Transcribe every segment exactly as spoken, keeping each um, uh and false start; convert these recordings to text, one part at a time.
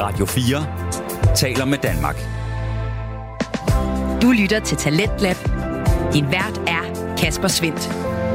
Radio fire taler med Danmark. Du lytter til Talentlab. Din vært er Kasper Svindt.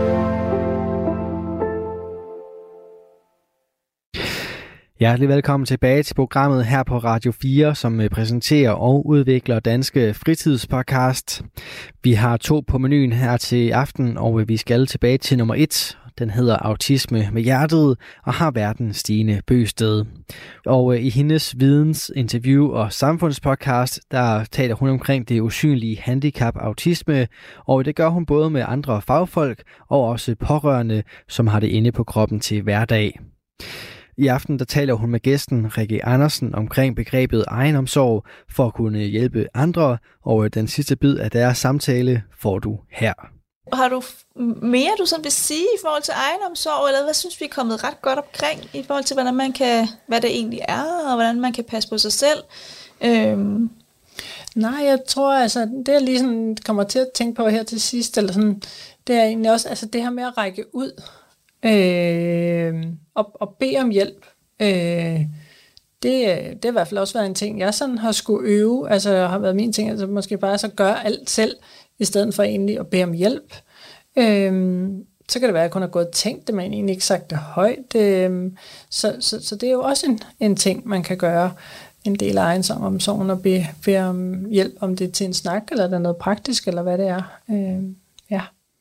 Hjertelig velkommen tilbage til programmet her på Radio fire, som præsenterer og udvikler danske fritidspodcast. Vi har to på menuen her til aften, og vi skal tilbage til nummer et. Den hedder Autisme med hjertet og har verden Stine Bøsted. Og i hendes vidensinterview og samfundspodcast, der taler hun omkring det usynlige handicap autisme, og det gør hun både med andre fagfolk og også pårørende, som har det inde på kroppen til hverdag. I aften der taler hun med gæsten Rikke Andersen omkring begrebet egenomsorg for at kunne hjælpe andre, og den sidste bid af deres samtale får du her. Har du mere, du sådan vil sige i forhold til egenomsorg, eller hvad synes vi er kommet ret godt omkring i forhold til, hvordan man kan, hvad det egentlig er, og hvordan man kan passe på sig selv? Øhm. Nej, jeg tror altså, det jeg lige sådan kommer til at tænke på her til sidst, eller sådan, det er egentlig også altså det her med at række ud øh, og, og bede om hjælp. Øh, det, det har i hvert fald også været en ting, jeg sådan har skulle øve, altså har været min ting, altså måske bare så gøre alt selv, i stedet for egentlig at bede om hjælp. Øhm, så kan det være, at jeg kun har gået og tænkt det, men egentlig ikke sagt det højt. Øhm, så, så, så det er jo også en, en ting, man kan gøre. En del af egenomsorgen og bede, bede om hjælp, om det er til en snak, eller der er noget praktisk, eller hvad det er. Øhm, ja.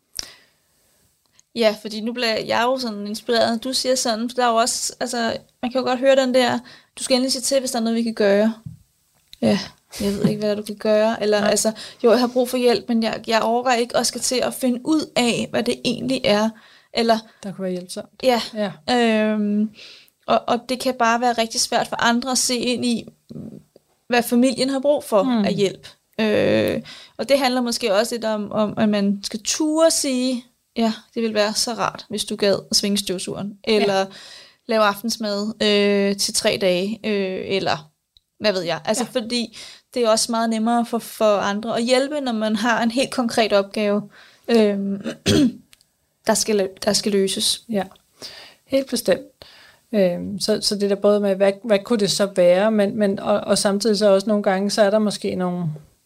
Ja, fordi nu bliver jeg jo sådan inspireret. Du siger sådan, for der er jo også, altså, man kan jo godt høre den der, du skal endelig sige til, hvis der er noget, vi kan gøre. Ja. Jeg ved ikke, hvad du kan gøre. Eller, altså, jo, jeg har brug for hjælp, men jeg, jeg overgår ikke og skal til at finde ud af, hvad det egentlig er. Eller, der kunne være hjælpsomt. Ja. ja. Øhm, og, og det kan bare være rigtig svært for andre at se ind i, hvad familien har brug for mm. af hjælp. Øh, og det handler måske også lidt om, om, at man skal ture sige, ja, det vil være så rart, hvis du gad at svinge støvsugeren. Eller ja. lave aftensmad øh, til tre dage. Øh, eller hvad ved jeg. Altså ja. fordi det er også meget nemmere for, for andre at hjælpe, når man har en helt konkret opgave, øhm, der, skal, der skal løses. Ja, helt bestemt. Øhm, så, så det der både med, hvad, hvad kunne det så være, men, men, og, og samtidig så også nogle gange, så er der måske nogle,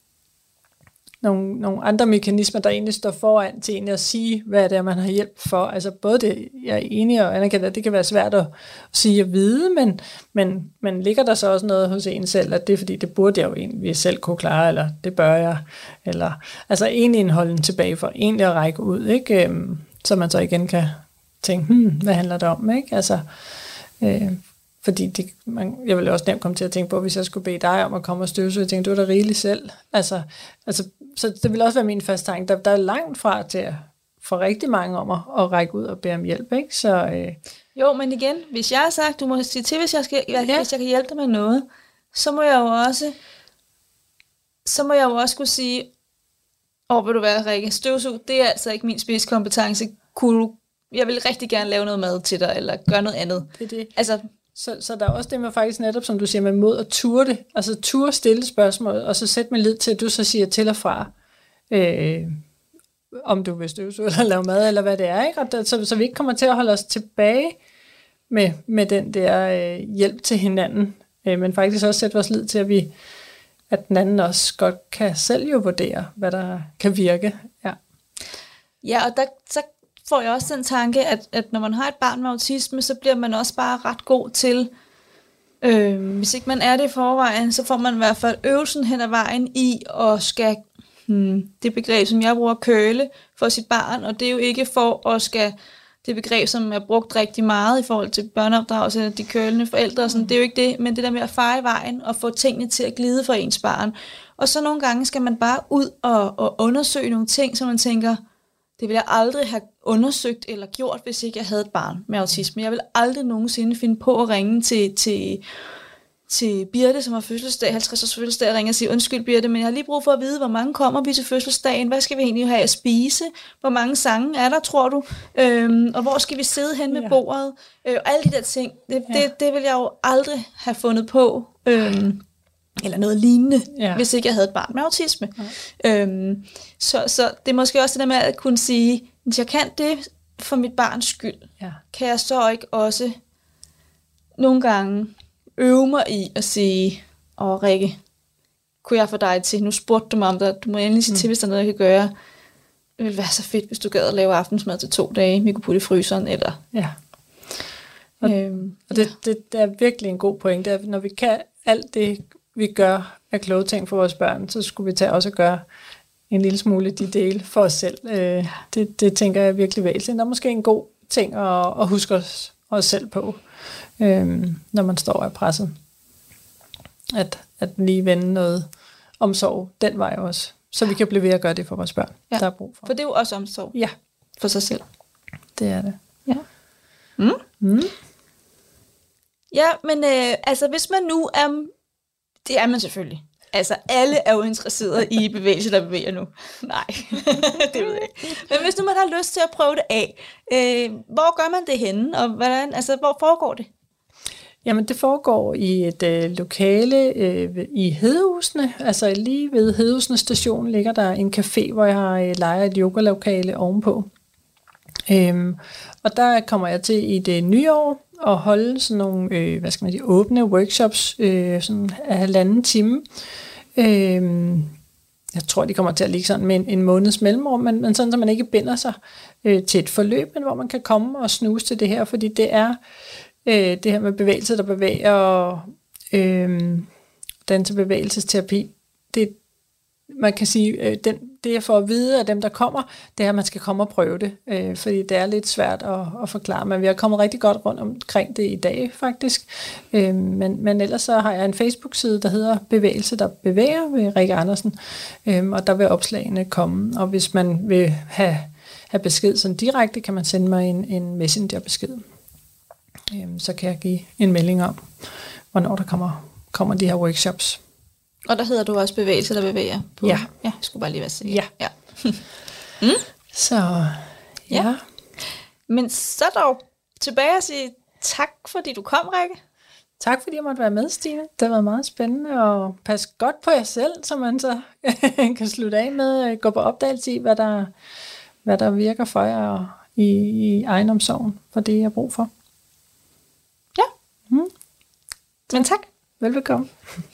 nogle, nogle andre mekanismer, der egentlig står foran til egentlig at sige, hvad det er, man har hjælp for. Altså både det, jeg er enig og anerkender, at det kan være svært at sige og vide, men, men, men ligger der så også noget hos en selv, at det er fordi, det burde jeg jo egentlig selv kunne klare, eller det bør jeg, eller altså egentlig en holden tilbage for egentlig at række ud, ikke? Øhm, så man så igen kan tænke, hmm, hvad handler det om, ikke? Altså, øh, fordi det, man, jeg ville også nemt komme til at tænke på, hvis jeg skulle bede dig om at komme og støvsuge, jeg tænkte, du er da rigeligt selv. Altså, altså, så det vil også være min første tanke. Der, der er langt fra til at få rigtig mange om at, at række ud og bede om hjælp, ikke? Så, øh. Jo, men igen, hvis jeg har sagt, du må sige til, hvis jeg, skal, ja. hvis jeg kan hjælpe dig med noget, så må jeg jo også, så må jeg jo også kunne sige, åh, oh, vil du være, Rikke, støvsug, det er altså ikke min spidskompetence. Kunne du, jeg vil rigtig gerne lave noget mad til dig, eller gøre noget andet. Det er det. Altså, Så, så der er også det med faktisk netop, som du siger, med mod at ture det. Altså ture stille spørgsmål, og så sæt mig lid til, at du så siger til og fra, øh, om du vil støvsuge eller lave mad, eller hvad det er. Ikke? Og der, så, så vi ikke kommer til at holde os tilbage med, med den der øh, hjælp til hinanden. Øh, men faktisk også sætte vores lid til, at, vi, at den anden også godt kan selv jo vurdere, hvad der kan virke. Ja, ja og der så får jeg også den tanke, at, at når man har et barn med autisme, så bliver man også bare ret god til, øh, hvis ikke man er det i forvejen, så får man i hvert fald øvelsen hen ad vejen i at skal, hmm, det begreb, som jeg bruger, køle for sit barn, og det er jo ikke for at skal, det begreb, som er brugt rigtig meget i forhold til børneopdragelse, de kølende forældre, og sådan, det er jo ikke det, men det der med at fare i vejen og få tingene til at glide for ens barn. Og så nogle gange skal man bare ud og, og undersøge nogle ting, som man tænker, det ville jeg aldrig have undersøgt eller gjort, hvis ikke jeg havde et barn med autisme. Jeg vil aldrig nogensinde finde på at ringe til, til, til Birte, som har fødselsdag, halvtreds års fødselsdag, og ringe og sige, undskyld Birte, men jeg har lige brug for at vide, hvor mange kommer vi til fødselsdagen, hvad skal vi egentlig have at spise, hvor mange sange er der, tror du, øhm, og hvor skal vi sidde hen ved ja. bordet, øh, og alle de der ting, det, ja. det, det vil jeg jo aldrig have fundet på, øhm, eller noget lignende, ja. hvis ikke jeg havde et barn med autisme. Ja. Øhm, så, så det er måske også det der med at kunne sige, hvis jeg kan det for mit barns skyld, ja. kan jeg så ikke også nogle gange øve mig i at sige, åh Rikke, kunne jeg få dig til, nu spurgte du mig om det, du må endelig sige mm. til, hvis der er noget, jeg kan gøre. Det ville være så fedt, hvis du gad at lave aftensmad til to dage, vi kunne putte i fryseren, eller... Ja. Og, øhm, og det, det, det er virkelig en god pointe, at når vi kan alt det, vi gør af kloge ting for vores børn, så skulle vi tage også at gøre en lille smule de dele for os selv. Øh, det, det tænker jeg er virkelig væsentligt. Der er måske en god ting at, at huske os, os selv på, øh, når man står og er presset. At, at lige vende noget omsorg den vej også, så vi kan blive ved at gøre det for vores børn, ja. Der er brug for. For det er jo også omsorg. Ja. For sig selv. Det er det. Ja. Mm. Mm. Ja, men øh, altså hvis man nu er, det er man selvfølgelig. Altså alle er jo interesserede i bevægelse, der bevæger nu. Nej, det ved jeg ikke. Men hvis nu man har lyst til at prøve det af, øh, hvor gør man det henne, og hvordan, altså hvor foregår det? Jamen det foregår i et øh, lokale øh, i Hedehusene, altså lige ved Hedehusene station ligger der en café, hvor jeg øh, lejer et yogalokale ovenpå. Øhm, og der kommer jeg til i det nye år at holde sådan nogle, øh, hvad skal man sige, åbne workshops, øh, sådan af halvanden time. Øhm, jeg tror, de kommer til at ligge sådan med en, en måneds mellemrum, men, men sådan, så man ikke binder sig øh, til et forløb, men hvor man kan komme og snuse til det her, fordi det er øh, det her med bevægelse, der bevæger, og øh, dans- og bevægelsesterapi, det man kan sige, øh, den, det jeg får at vide af dem, der kommer, det er, at man skal komme og prøve det, øh, fordi det er lidt svært at, at forklare, men vi har kommet rigtig godt rundt omkring det i dag, faktisk. Øh, men, men ellers så har jeg en Facebook-side, der hedder Bevægelse, der bevæger, ved Rikke Andersen, øh, og der vil opslagene komme, og hvis man vil have, have besked sådan direkte, kan man sende mig en, en messenger-besked. Øh, så kan jeg give en melding om, hvornår der kommer, kommer de her workshops. Og der hedder du også Bevægelse, der bevæger? På. Ja. Ja, jeg skulle bare lige være sikker. Ja. ja. mm. Så, ja. ja. Men så dog tilbage og sige tak, fordi du kom, Rikke. Tak, fordi jeg måtte være med, Stine. Det har været meget spændende, og pas godt på jer selv, så man så kan slutte af med at gå på opdagelse i, hvad der, hvad der virker for jer i, i egenomsorgen, for det, jeg har brug for. Ja. Mm. Men tak. Velbekomme.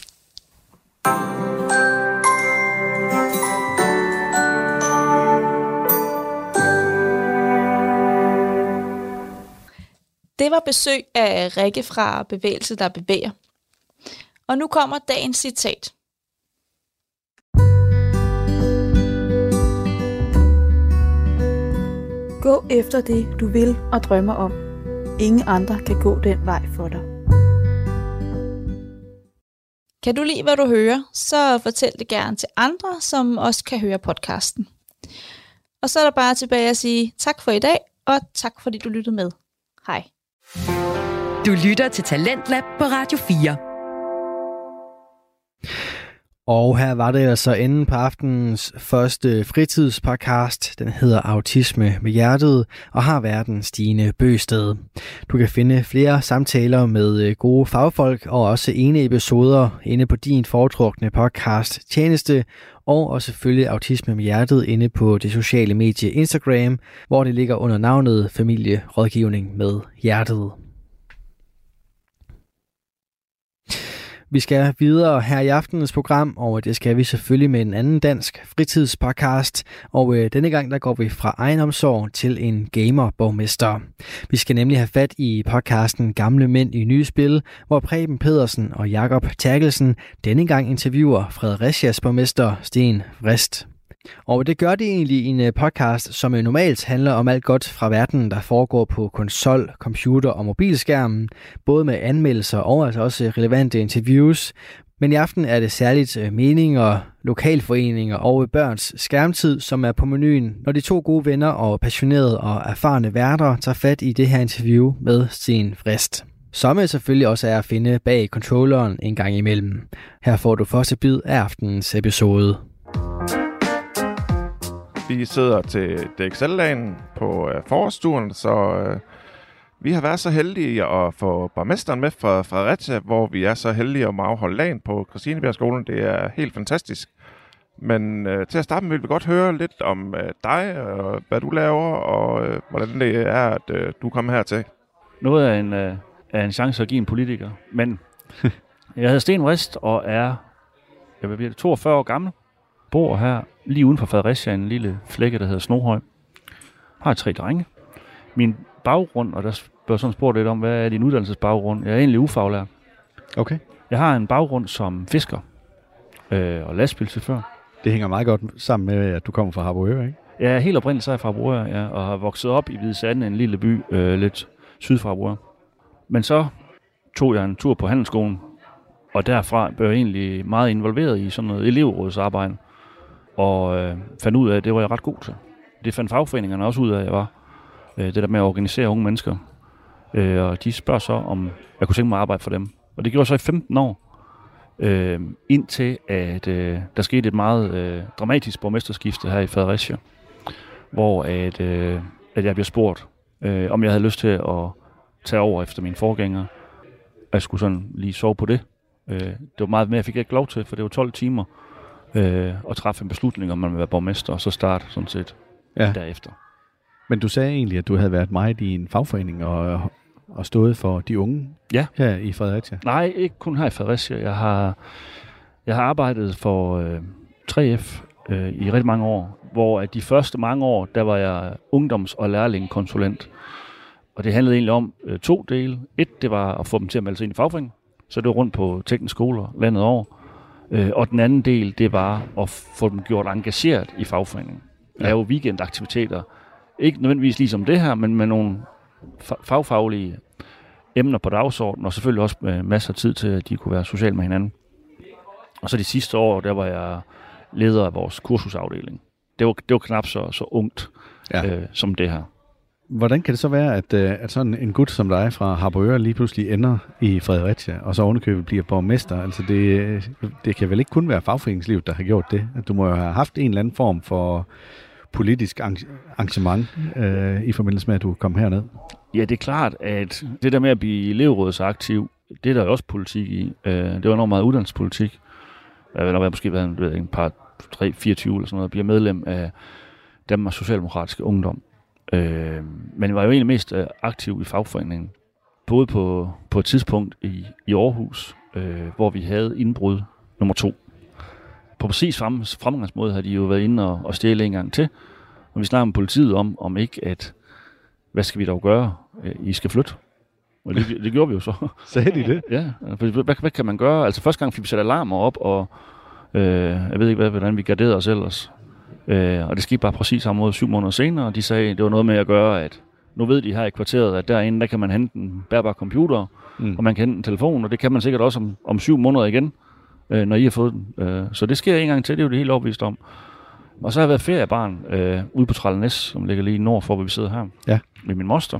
Det var besøg af Rikke fra Bevægelse, der bevæger. Og nu kommer dagens citat. Gå efter det, du vil og drømmer om. Ingen andre kan gå den vej for dig. Kan du lide, hvad du hører, så fortæl det gerne til andre, som også kan høre podcasten. Og så er der bare tilbage at sige tak for i dag, og tak fordi du lyttede med. Hej. Du lytter til Talentlab på Radio fire. Og her var det altså enden på aftenens første fritidspodcast. Den hedder Autisme med hjertet og har verden Stine Bøsted. Du kan finde flere samtaler med gode fagfolk og også ene episoder inde på din foretrukne podcast tjeneste, og også selvfølgelig Autisme med hjertet inde på det sociale medie Instagram, hvor det ligger under navnet Familierådgivning med hjertet. Vi skal videre her i aftenens program, og det skal vi selvfølgelig med en anden dansk fritidspodcast. Og øh, denne gang der går vi fra egenomsorg til en gamerborgmester. Vi skal nemlig have fat i podcasten Gamle Mænd i Nye Spil, hvor Preben Pedersen og Jakob Terkelsen denne gang interviewer Frederiциas borgmester Sten Vrist. Og det gør det egentlig i en podcast, som normalt handler om alt godt fra verden, der foregår på konsol, computer og mobilskærmen, både med anmeldelser og altså også relevante interviews. Men i aften er det særligt meninger, lokalforeninger og børns skærmtid, som er på menuen, når de to gode venner og passionerede og erfarne værter tager fat i det her interview med Sten Vrist. Som er selvfølgelig også er at finde bag controlleren en gang imellem. Her får du første bid af aftenens episode. Vi sidder til D X L-dagen på øh, forårsstuen, så øh, vi har været så heldige at få borgmesteren med fra Fredericia, hvor vi er så heldige at afholde dagen på Christinebjergskolen. Det er helt fantastisk. Men øh, til at starte med vil vi godt høre lidt om øh, dig, og hvad du laver, og øh, hvordan det er, at øh, du kommer hertil. Noget er en, øh, er en chance at give en politiker, men Jeg hedder Sten Rist og er jeg vil blive toogfyrre år gammel. Bor her lige uden for Fredericia, en lille flække, der hedder Snoghøj. Har tre drenge. Min baggrund, og der blev sådan spurgt lidt om, hvad er din uddannelsesbaggrund? Jeg er egentlig ufaglært. Okay. Jeg har en baggrund som fisker øh, og lastbilchauffør. Det hænger meget godt sammen med, at du kommer fra Harboøre, ikke? Jeg er helt oprindeligt så fra Harboøre, ja, og har vokset op i Hvide Sande, en lille by øh, lidt syd for Harboøre. Men så tog jeg en tur på handelsskolen, og derfra blev jeg egentlig meget involveret i sådan noget elevrådsarbejde, og øh, fandt ud af, at det var jeg ret god til. Det fandt fagforeningerne også ud af, at jeg var. Øh, det der med at organisere unge mennesker. Øh, og de spørger så, om jeg kunne tænke mig at arbejde for dem. Og det gjorde jeg så i femten år, øh, indtil at øh, der skete et meget øh, dramatisk borgmesterskifte her i Fredericia, hvor at, øh, at jeg blev spurgt, øh, om jeg havde lyst til at tage over efter mine forgængere. Jeg skulle sådan lige sove på det. Øh, det var meget mere, jeg fik ikke lov til, for det var tolv timer øh, at træffe en beslutning, om man ville være borgmester, og så starte sådan set ja. derefter. Men du sagde egentlig, at du havde været meget i en fagforening og, og stået for de unge ja. her i Fredericia. Nej, ikke kun her i Fredericia. Jeg har, jeg har arbejdet for øh, tre F øh, i rigtig mange år, hvor de første mange år, der var jeg ungdoms- og lærlingekonsulent. Og det handlede egentlig om øh, to dele. Et, det var at få dem til at melde sig ind i fagforeningen. Så det var rundt på tekniske skoler landet over. Øh, og den anden del, det var at få dem gjort engageret i fagforeningen. Ja. Lave weekendaktiviteter. Ikke nødvendigvis ligesom det her, men med nogle fagfaglige emner på dagsordenen, og selvfølgelig også med masser af tid til, at de kunne være sociale med hinanden. Og så de sidste år, der var jeg leder af vores kursusafdeling. Det var, det var knap så, så ungt ja. øh, som det her. Hvordan kan det så være, at, at sådan en gut som dig fra Harboøre lige pludselig ender i Fredericia, og så ovenikøbet bliver borgmester? Altså det, det kan vel ikke kun være fagforeningslivet, der har gjort det? Du må jo have haft en eller anden form for politisk arrangement øh, i forbindelse med, at du kom herned. Ja, det er klart, at det der med at blive elevrådsaktiv, det er der jo også politik i. Øh, det var enormt meget uddannelsespolitik. Jeg ved nok, jeg måske været ved, en par, tre, fireogtyve eller sådan noget, og bliver medlem af Danmarks Socialdemokratiske Ungdom. Øh, men jeg var jo egentlig mest øh, aktiv i fagforeningen. Både på, på et tidspunkt i, i Aarhus, øh, hvor vi havde indbrud nummer to. På præcis frem, fremgangsmåde har de jo været inde og, og stjæle en gang til. Og vi snakker med politiet om, om ikke at, hvad skal vi dog gøre? I skal flytte. Og det, det gjorde vi jo så. Sagde de det? Ja, hvad, hvad kan man gøre? Altså første gang fik vi sat alarmer op, og øh, jeg ved ikke, hvad, hvordan vi garderede os ellers. Øh, og det skete bare præcis samme måde syv måneder senere, og de sagde, det var noget med at gøre, at nu ved de her i kvarteret, at derinde, der kan man hente en bærbar computer, mm. og man kan hente en telefon, og det kan man sikkert også om, om syv måneder igen, øh, når I har fået den. Øh, så det sker en gang til, det er jo det helt overbevist om. Og så har jeg været feriebarn øh, ude på Trællenæs, som ligger lige nord for, hvor vi sidder her, ja. med min moster,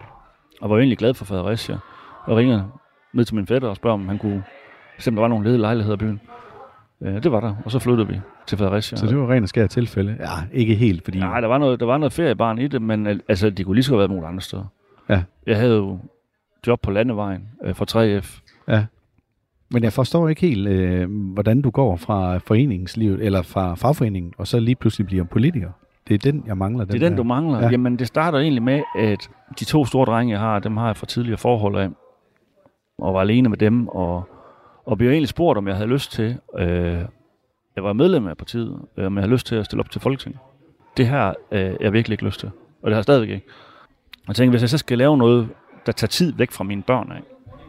og var egentlig glad for Fredericia, og ringede ned til min fætter og spørger, om han kunne se, om der var nogle ledige lejligheder i byen. Øh, det var der, og så flyttede vi til Fredericia. Så det var rent og skært tilfælde? Ja, ikke helt, fordi... Nej, der var noget, der var noget feriebarn i det, men altså, de kunne lige så godt have været nogle andre steder. Ja. Jeg havde jo job på landevejen øh, for tre F. Ja. Men jeg forstår ikke helt, øh, hvordan du går fra foreningslivet, eller fra fagforeningen, og så lige pludselig bliver politiker. Det er den, jeg mangler. Den det er den, her. Du mangler? Ja. Jamen, det starter egentlig med, at de to store drenge, jeg har, dem har jeg fra tidligere forhold af, og var alene med dem, og, og blev egentlig spurgt, om jeg havde lyst til... Øh, jeg var medlem af partiet, øh, om jeg havde lyst til at stille op til Folketinget. Det her øh, jeg virkelig ikke lyst til, og det har jeg stadigvæk ikke. Jeg tænker, hvis jeg så skal lave noget, der tager tid væk fra mine børn af,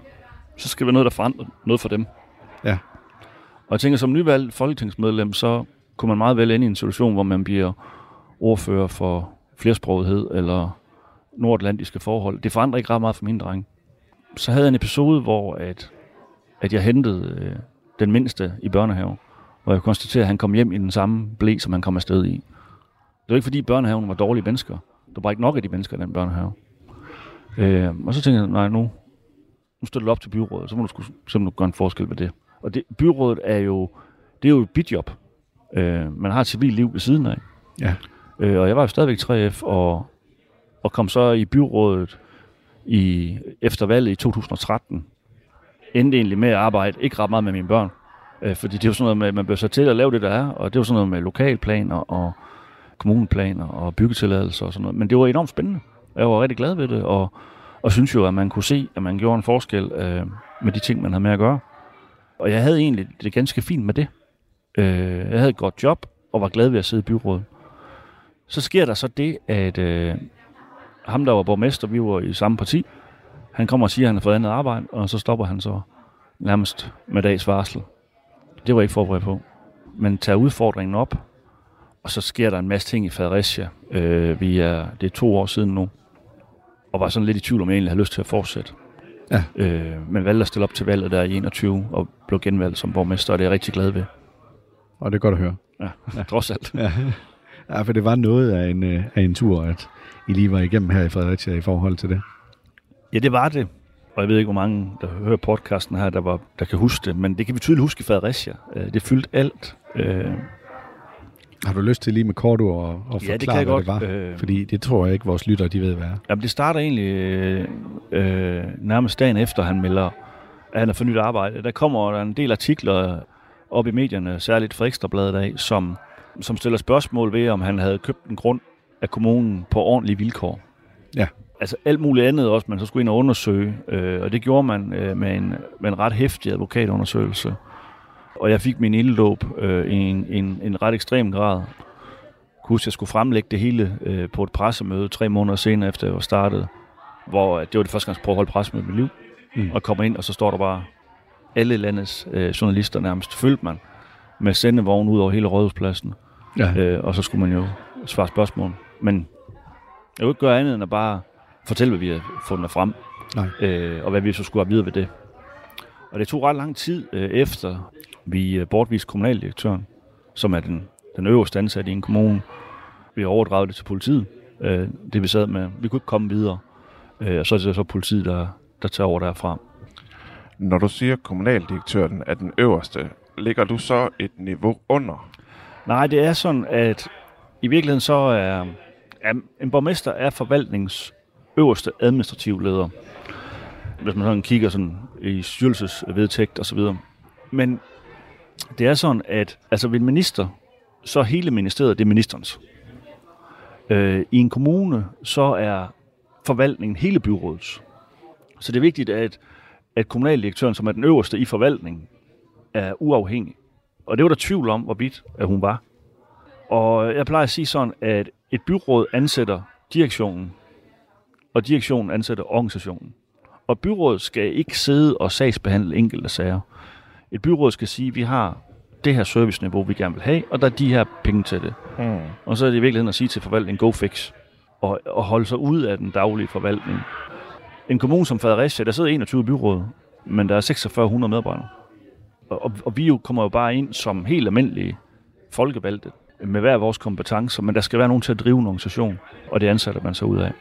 så skal det være noget, der forandrer noget for dem. Ja. Og jeg tænker, som nyvalgt folketingsmedlem, så kunne man meget vel ende i en situation, hvor man bliver ordfører for flersprogethed eller nordatlantiske forhold. Det forandrer ikke ret meget for mine drenge. Så havde jeg en episode, hvor at, at jeg hentede øh, den mindste i børnehave, og jeg konstaterede, at han kom hjem i den samme ble, som han kom afsted i. Det var ikke fordi børnehaven var dårlige mennesker. Der var ikke nok af de mennesker i den børnehave. Øh, og så tænkte jeg, nej, nu, nu stiller du op til byrådet, så må du sgu, simpelthen gøre en forskel ved det. Og det, byrådet er jo, det er jo et bidjob. Øh, man har et civilt liv ved siden af. Ja. Øh, og jeg var jo stadigvæk tre F, og, og kom så i byrådet i, efter valget i to tusind og tretten. Endte egentlig med at arbejde ikke ret meget med mine børn. Øh, fordi det er jo sådan noget med, man bliver så til at lave det, der er, og det var sådan noget med lokalplaner og kommuneplaner og byggetilladelser og sådan noget. Men det var enormt spændende. Jeg var rigtig glad ved det, og, og synes jo, at man kunne se, at man gjorde en forskel øh, med de ting, man havde med at gøre. Og jeg havde egentlig det ganske fint med det. Øh, jeg havde et godt job, og var glad ved at sidde i byrådet. Så sker der så det, at øh, ham, der var borgmester, vi var i samme parti, han kommer og siger, at han har fået andet arbejde, og så stopper han så nærmest med dags varsel. Det var jeg ikke forberedt på. Men tager udfordringen op, og så sker der en masse ting i Fredericia. Øh, vi er, det er to år siden nu, og var sådan lidt i tvivl, om jeg egentlig havde lyst til at fortsætte. Ja. Øh, men valgte at stille op til valget der i enogtyve, og blev genvalgt som borgmester, og det er jeg rigtig glad ved. Og det er godt at høre. Ja, ja. Trods alt. Ja. Ja, for det var noget af en, af en tur, at I lige var igennem her i Fredericia i forhold til det. Ja, det var det. Og jeg ved ikke, hvor mange, der hører podcasten her, der, var, der kan huske det, men det kan vi tydeligt huske i Fredericia. Det fyldte alt. Har du lyst til lige med kort ord at forklare, ja, det kan hvad godt. det var? Øh... Fordi det tror jeg ikke, vores lyttere de ved, hvad er. Jamen, det starter egentlig øh, nærmest dagen efter, han melder, at han har fornyet arbejde. Der kommer der en del artikler op i medierne, særligt fra Ekstrabladet af, som, som stiller spørgsmål ved, om han havde købt en grund af kommunen på ordentlige vilkår. Ja. Altså alt muligt andet også, man så skulle ind og undersøge, øh, og det gjorde man øh, med, en, med en ret heftig advokatundersøgelse. Og jeg fik min ilddåb øh, i en, en, en ret ekstrem grad. Jeg kunne huske, at jeg skulle fremlægge det hele øh, på et pressemøde tre måneder senere, efter jeg var startet, hvor det var det første gang, jeg prøvede at holde pressemøde i mit liv. Mm. Og kommer ind, og så står der bare alle landets øh, journalister nærmest. Følte man med sendevogn ud over hele Rådhuspladsen. Ja. Øh, og så skulle man jo svare spørgsmål. Men jeg kunne ikke gøre andet end at bare fortælle, hvad vi har fundet frem. Nej. Øh, og hvad vi så skulle have videre ved det. Og det tog ret lang tid øh, efter, vi bortviste kommunaldirektøren, som er den, den øverste ansatte i en kommune. Vi overdragede det til politiet, øh, det vi sad med. Vi kunne ikke komme videre. Øh, og så er det så politiet, der, der tager over derfra. Når du siger, at kommunaldirektøren er den øverste, ligger du så et niveau under? Nej, det er sådan, at i virkeligheden så er, er en borgmester er forvaltningens øverste administrative leder. Hvis man sådan kigger sådan i styrelsesvedtægt og så videre. Men det er sådan, at altså ved en minister, så er hele ministeriet, det er ministerens. Øh, I en kommune, så er forvaltningen hele byrådets. Så det er vigtigt, at, at kommunaldirektøren, som er den øverste i forvaltningen, er uafhængig. Og det var der tvivl om, hvorvidt at hun var. Og jeg plejer at sige sådan, at et byråd ansætter direktionen, og direktionen ansætter organisationen. Og byrådet skal ikke sidde og sagsbehandle enkelte sager. Et byråd skal sige, at vi har det her serviceniveau, vi gerne vil have, og der er de her penge til det. Mm. Og så er det i virkeligheden at sige til forvaltningen, go fix, og, og holde sig ud af den daglige forvaltning. En kommune som Fredericia, der sidder enogtyve byråd, men der er seksogfyrre hundrede medarbejdere. Og, og, og vi jo kommer jo bare ind som helt almindelige folkevalgte, med hver vores kompetencer, men der skal være nogen til at drive en organisation, og det ansætter man sig ud af.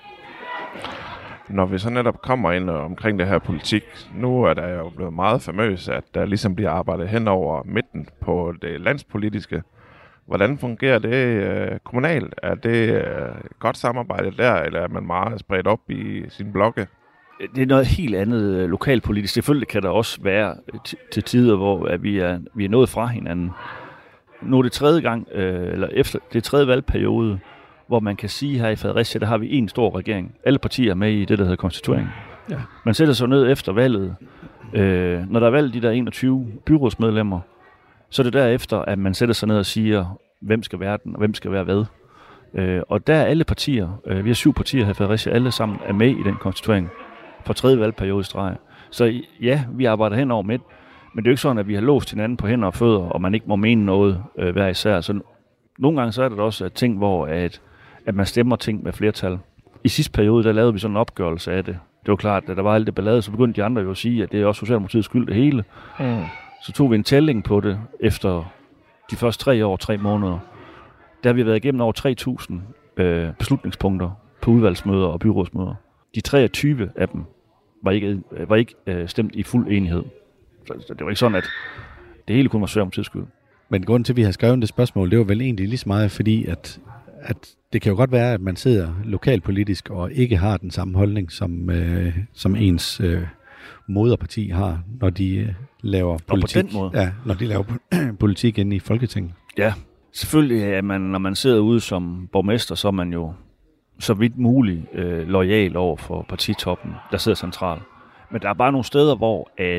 Når vi så netop kommer ind omkring det her politik, nu er der jo blevet meget famøs, at der ligesom bliver arbejdet hen over midten på det landspolitiske. Hvordan fungerer det øh, kommunalt? Er det øh, godt samarbejde der, eller er man meget spredt op i sin blokke? Det er noget helt andet lokalpolitisk. Selvfølgelig kan der også være t- til tider, hvor at vi, er, vi er nået fra hinanden. Nu er det tredje gang, øh, eller efter det tredje valgperiode, hvor man kan sige her i Fredericia, der har vi en stor regering. Alle partier er med i det, der hedder konstituering. Ja. Man sætter sig ned efter valget. Øh, når der er valgt de der enogtyve byrådsmedlemmer, så er det derefter, at man sætter sig ned og siger, hvem skal være den, og hvem skal være hvad. Øh, og der er alle partier, øh, vi har syv partier her i Fredericia, alle sammen er med i den konstituering for tredje valgperiode i streg. Så ja, vi arbejder hen over midt, men det er jo ikke sådan, at vi har låst hinanden på hænder og fødder, og man ikke må mene noget øh, hver især. Så nogle gange så er det også ting, hvor at, at man stemmer ting med flertal. I sidste periode, der lavede vi sådan en opgørelse af det. Det var klart, at der var alt det ballade, så begyndte de andre jo at sige, at det er også Socialdemokratiets skyld det hele. Mm. Så tog vi en tælling på det efter de første tre år, tre måneder. Der har vi været igennem over tre tusind øh, beslutningspunkter på udvalgsmøder og byrådsmøder. De treogtyve af dem var ikke, var ikke øh, stemt i fuld enighed. Så det var ikke sådan, at det hele kun var Socialdemokratiets skyld. Men grunden til, at vi har skrevet det spørgsmål, det var vel egentlig lige så meget, fordi at, at det kan jo godt være, at man sidder lokalpolitisk og ikke har den samme holdning, som, øh, som ens øh, moderparti har, når de øh, laver politik. Og på den måde. Ja, når de laver politik inde i Folketinget. Ja, selvfølgelig er man, når man sidder ude som borgmester, så er man jo så vidt muligt øh, loyal over for partitoppen, der sidder centralt. Men der er bare nogle steder, hvor at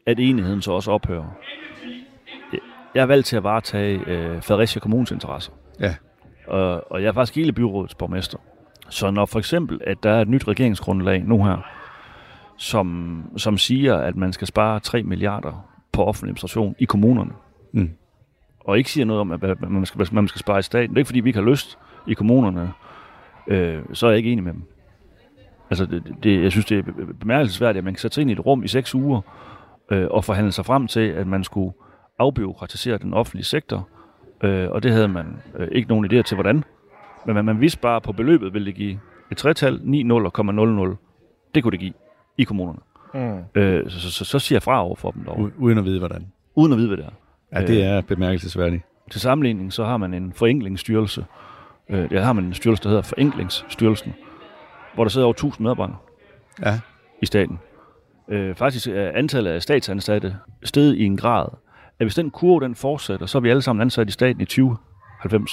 at enigheden så også ophører. Jeg er valgt til at varetage øh, Fredericia Kommunes interesser. Ja. Og, og jeg er faktisk hele byrådets borgmester. Så når for eksempel, at der er et nyt regeringsgrundlag nu her, som, som siger, at man skal spare tre milliarder på offentlig administration i kommunerne, mm. og ikke siger noget om, at man skal, man skal spare i staten. Det er ikke, fordi vi ikke har lyst i kommunerne, øh, så er jeg ikke enig med dem. Altså, det, det, jeg synes, det er bemærkelsesværdigt, at man kan sætte sig ind i et rum i seks uger øh, og forhandle sig frem til, at man skulle afbureaukratisere den offentlige sektor, øh, og det havde man øh, ikke nogen idéer til, hvordan. Men man, man vidste bare, på beløbet ville det give et tretal, ni nul komma nul nul. Det kunne det give i kommunerne. Mm. Øh, så, så, så, så siger jeg fra over for dem derovre. U- uden at vide, hvordan? Uden at vide, hvad det er. Ja, det er bemærkelsesværdigt. Til sammenligning, så har man en forenklingsstyrelse. Øh, der har man en styrelse, der hedder Forenklingsstyrelsen, hvor der sidder over tusind medarbejdere ja. i staten. Øh, faktisk er antallet af statsansatte steget i en grad, at hvis den kurve den fortsætter, så er vi alle sammen ansat i staten i tyve halvfems.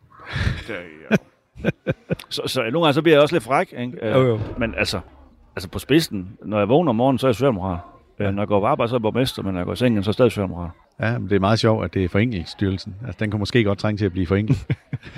så, så nogle gange så bliver jeg også lidt fræk, ikke? Jo, jo. Men altså, altså på spidsen, når jeg vågner om morgenen, så er jeg socialdemokrat. Ja. Når jeg går på arbejde, så er jeg borgmester, men når jeg går i sengen, så er jeg stadig socialdemokrat. Ja, men det er meget sjovt, at det er Forenklingsstyrelsen. Altså, den kan måske godt trænge til at blive forenklet.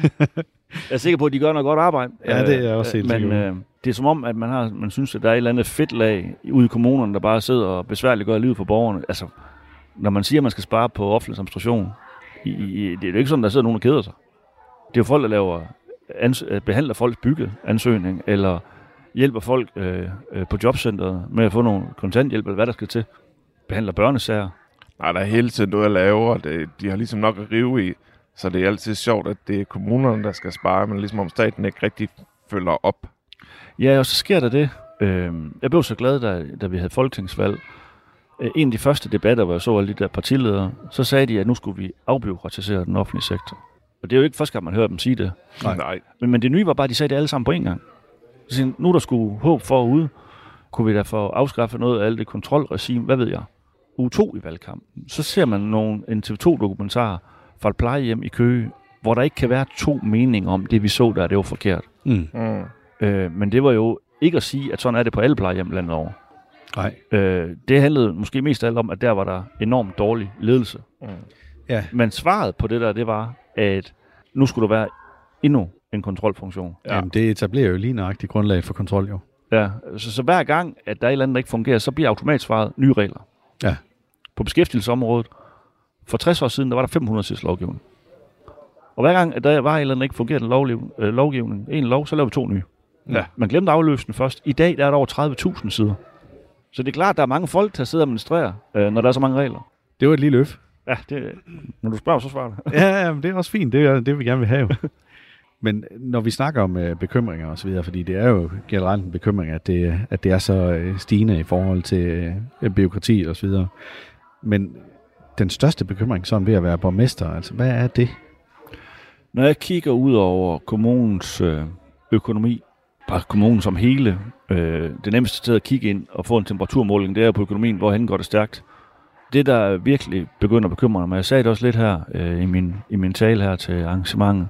Jeg er sikker på, at de gør noget godt arbejde. Ja, det er jeg også helt Men øh, det er som om, at man, har, man synes, at der er et eller andet fedtlag ude i kommunerne, der bare sidder og besværligt gør livet for borgerne. Altså, når man siger, at man skal spare på offentlig administration, i, i, det er jo ikke sådan, der sidder nogen og keder sig. Det er jo folk, der laver ans- behandler folks byggeansøgning, eller hjælper folk øh, øh, på jobcentret med at få nogle kontanthjælp, eller hvad der skal til. Behandler børnesager. Nej, der er hele tiden noget at lave, og det, de har ligesom nok at rive i. Så det er altid sjovt, at det er kommunerne, der skal spare, men ligesom om staten ikke rigtig følger op. Ja, og så sker der det. Øh, jeg blev så glad, da, da vi havde folketingsvalg. Øh, en af de første debatter, hvor jeg så alle de der partiledere, så sagde de, at nu skulle vi afbureaukratisere den offentlige sektor. Og det er jo ikke første gang, man hører dem sige det. Nej. Men, men det nye var bare, at de sagde det alle sammen på en gang. Så siger, nu der skulle håb forude, kunne vi da få afskaffet noget af alt det kontrolregime, hvad ved jeg. Uge to i valgkampen, så ser man nogle, en T V to-dokumentar fra et plejehjem i Køge, hvor der ikke kan være to meninger om det, vi så der, det var forkert. Mm. Mm. Øh, men det var jo ikke at sige, at sådan er det på alle plejehjem landet over. Nej. Øh, det handlede måske mest af alt om, at der var der enormt dårlig ledelse. Mm. Ja. Men svaret på det der, det var, at nu skulle der være endnu en kontrolfunktion. Ja. Jamen, det etablerer jo lige nøjagtigt grundlag for kontrol, jo. Ja, så, så hver gang, at der er et eller andet, der ikke fungerer, så bliver automatisk svaret nye regler. Ja. På beskæftigelsesområdet, for tres år siden, der var der fem hundrede sides lovgivning. Og hver gang, at der var et eller andet, der ikke fungerede lovliv, øh, lovgivning, en lov, så lavede vi to nye. Ja. Man glemte at afløse den først. I dag der er der over tredive tusind sider. Så det er klart, at der er mange folk, der sidder og administrerer, øh, når der er så mange regler. Det var et lille øf. Ja, det, når du spørger, så svarer det. ja, ja, men det er også fint. Det er det, vi gerne vil have. Men når vi snakker om øh, bekymringer og så videre, fordi det er jo generelt en bekymring, at det, at det er så øh, stigende i forhold til øh, byråkrati og så videre. Men den største bekymring sådan ved at være borgmester, altså hvad er det? Når jeg kigger ud over kommunens øh, økonomi, bare kommunen som hele, øh, det nemmeste sted at kigge ind og få en temperaturmåling, det er på økonomien, hvorhen går det stærkt. Det, der virkelig begynder at bekymre mig, jeg sagde det også lidt her øh, i, min, i min tale her til arrangementet,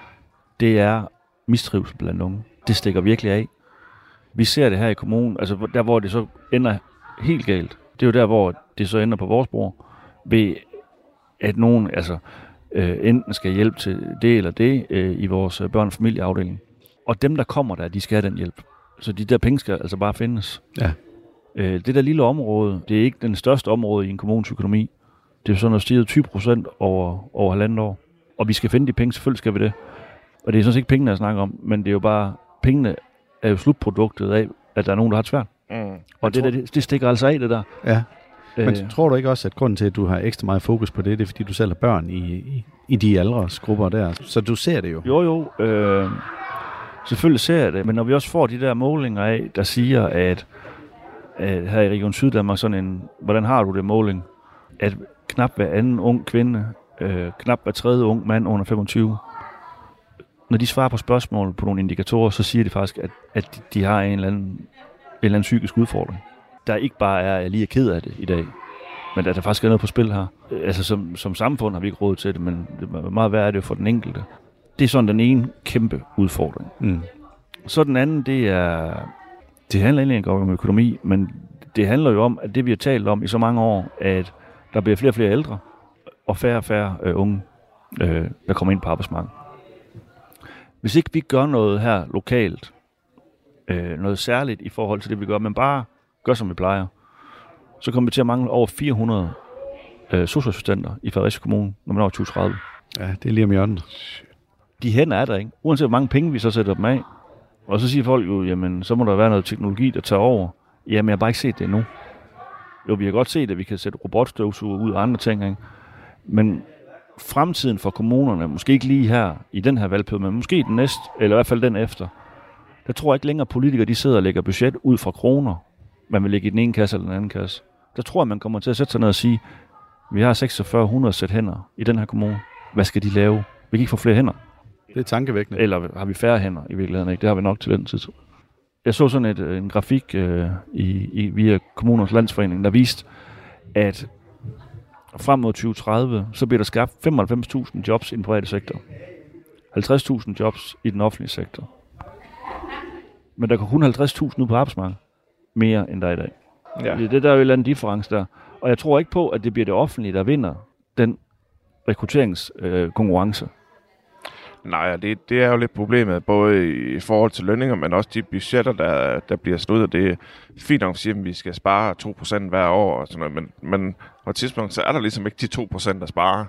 det er mistrivsel blandt unge. Det stikker virkelig af. Vi ser det her i kommunen, altså der hvor det så ender helt galt. Det er jo der, hvor det så ender på vores bord, ved at nogen altså, øh, enten skal hjælpe til det eller det øh, i vores børne- og familieafdeling. Og dem, der kommer der, de skal have den hjælp. Så de der penge skal altså bare findes. Ja. Øh, det der lille område, det er ikke den største område i en kommunens økonomi. Det er sådan noget stiget tyve procent over, over halvandet år. Og vi skal finde de penge, selvfølgelig skal vi det. Og det er sådan set ikke pengene, jeg snakker om, men det er jo bare, pengene er jo slutproduktet af, at der er nogen, der har det svært. Mm. Og det, der, det, det stikker altså af, det der. Ja. Men øh. tror du ikke også, at grunden til, at du har ekstra meget fokus på det, det er, fordi du selv har børn i, i, i de aldersgrupper der? Så du ser det jo. Jo, jo. Øh, selvfølgelig ser jeg det, men når vi også får de der målinger af, der siger, at, at her i Region Syddanmark, sådan en, hvordan har du det måling, at knap hver anden ung kvinde, øh, knap hver tredje ung mand under femogtyve, når de svarer på spørgsmål på nogle indikatorer, så siger de faktisk, at, at de har en eller anden, en eller anden psykisk udfordring. Der ikke bare er, at jeg lige er ked af det i dag, men at der faktisk er noget på spil her. Altså som, som samfund har vi ikke råd til det, men det meget værd er det jo for den enkelte. Det er sådan den ene kæmpe udfordring. Mm. Så den anden, det er, det handler egentlig ikke om økonomi, men det handler jo om, at det vi har talt om i så mange år, at der bliver flere og flere ældre, og færre og færre øh, unge, øh, der kommer ind på arbejdsmarkedet. Hvis ikke vi gør noget her lokalt, øh, noget særligt i forhold til det, vi gør, men bare gør, som vi plejer, så kommer vi til at mangle over fire hundrede øh, sosu-assistenter i Fredericia Kommune, når man er over tyve tredive. Ja, det er lige om hjørnet. De hænder er der ikke, uanset hvor mange penge vi så sætter dem af. Og så siger folk jo, jamen, så må der være noget teknologi, der tager over. Jamen, jeg har bare ikke set det endnu. Jo, vi har godt set, at vi kan sætte robotstøvsuger ud og andre ting, ikke? Men fremtiden for kommunerne, måske ikke lige her i den her valgperiode, men måske den næste, eller i hvert fald den efter, der tror jeg ikke længere, at politikere de sidder og lægger budget ud fra kroner, man vil lægge i den ene kasse eller den anden kasse. Der tror jeg, man kommer til at sætte sig ned og sige, vi har seksogfyrre hundrede sæt hænder i den her kommune. Hvad skal de lave? Vi kan ikke få flere hænder. Det er tankevækkende. Eller har vi færre hænder i virkeligheden? Ikke? Det har vi nok til den tid. Jeg så sådan et, en grafik øh, i, i, via Kommunernes Landsforening, der viste, at frem mod tyve tredive, så bliver der skabt femoghalvfems tusind jobs i den private sektor. halvtreds tusind jobs i den offentlige sektor. Men der går kun halvtreds tusind ud på arbejdsmarkedet. Mere end der er i dag. Ja. Det, det der er jo en eller anden difference der. Og jeg tror ikke på, at det bliver det offentlige, der vinder den rekrutteringskonkurrence. Øh, Nej, det, det er jo lidt problemet, både i forhold til lønninger, men også de budgetter, der, der bliver sluttet. Det er fint nok at sige, at vi skal spare to procent hver år, og sådan noget, men, men på et tidspunkt, så er der ligesom ikke de to procent, der sparer.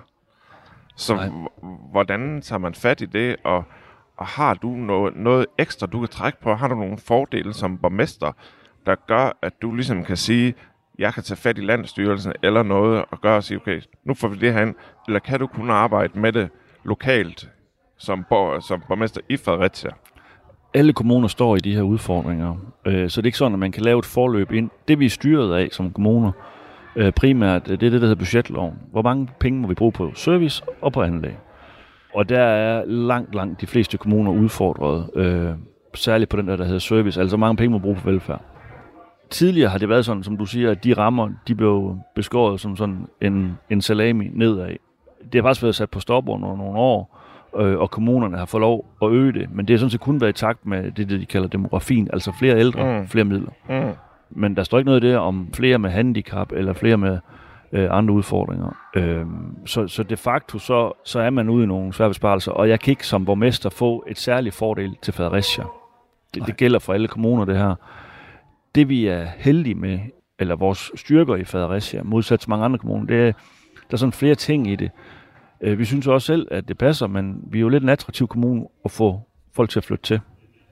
Så h- hvordan tager man fat i det, og, og har du noget, noget ekstra, du kan trække på? Har du nogle fordele som borgmester, der gør, at du ligesom kan sige, jeg kan tage fat i landsstyrelsen eller noget, og gøre og sige, okay, nu får vi det her ind, eller kan du kunne arbejde med det lokalt, som, borg, som borgmester i Fredericia? Alle kommuner står i de her udfordringer, øh, så det er ikke sådan, at man kan lave et forløb ind. Det vi er styret af som kommuner, øh, primært, det er det, der hedder budgetloven. Hvor mange penge må vi bruge på service og på anlæg? Og der er langt, langt de fleste kommuner udfordret, øh, særligt på den der, der hedder service, altså mange penge må bruge på velfærd. Tidligere har det været sådan, som du siger, at de rammer, de blev beskåret som sådan en, en salami nedad. Det har faktisk været sat på stop under nogle år, og kommunerne har fået lov at øge det, men det har sådan set kun været i takt med det, det de kalder demografien, altså flere ældre, mm. flere midler. Mm. Men der står ikke noget der om flere med handicap, eller flere med øh, andre udfordringer. Øhm, så, så de facto, så, så er man ude i nogle svære besparelser, og jeg kan ikke som borgmester få et særligt fordel til Fredericia. Det, det gælder for alle kommuner, det her. Det vi er heldige med, eller vores styrker i Fredericia, modsat til mange andre kommuner, det er, der er sådan flere ting i det. Vi synes også selv, at det passer, men vi er jo lidt en attraktiv kommune at få folk til at flytte til.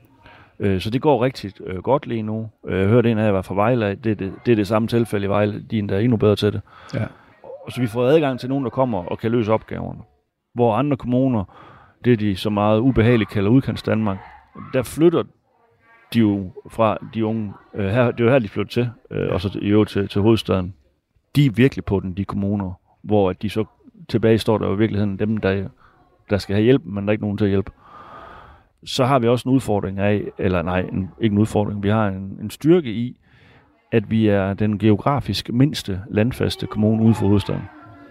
Så det går rigtig godt lige nu. Jeg hørte en af jer var fra Vejle. Det er det, det er det samme tilfælde i Vejle. De er endda endnu bedre til det. Ja. Så vi får adgang til nogen, der kommer og kan løse opgaverne. Hvor andre kommuner, det de så meget ubehageligt kalder udkants Danmark, der flytter de jo fra de unge. Her, det er jo her, de flytter til, ja. Og så i øvrigt til, til hovedstaden. De er virkelig på den, de kommuner, hvor de så tilbage står der jo i virkeligheden dem, der, der skal have hjælp, men der er ikke nogen til at hjælpe. Så har vi også en udfordring af, eller nej, en, ikke en udfordring, vi har en, en styrke i, at vi er den geografisk mindste landfaste kommune ude for hovedstaden.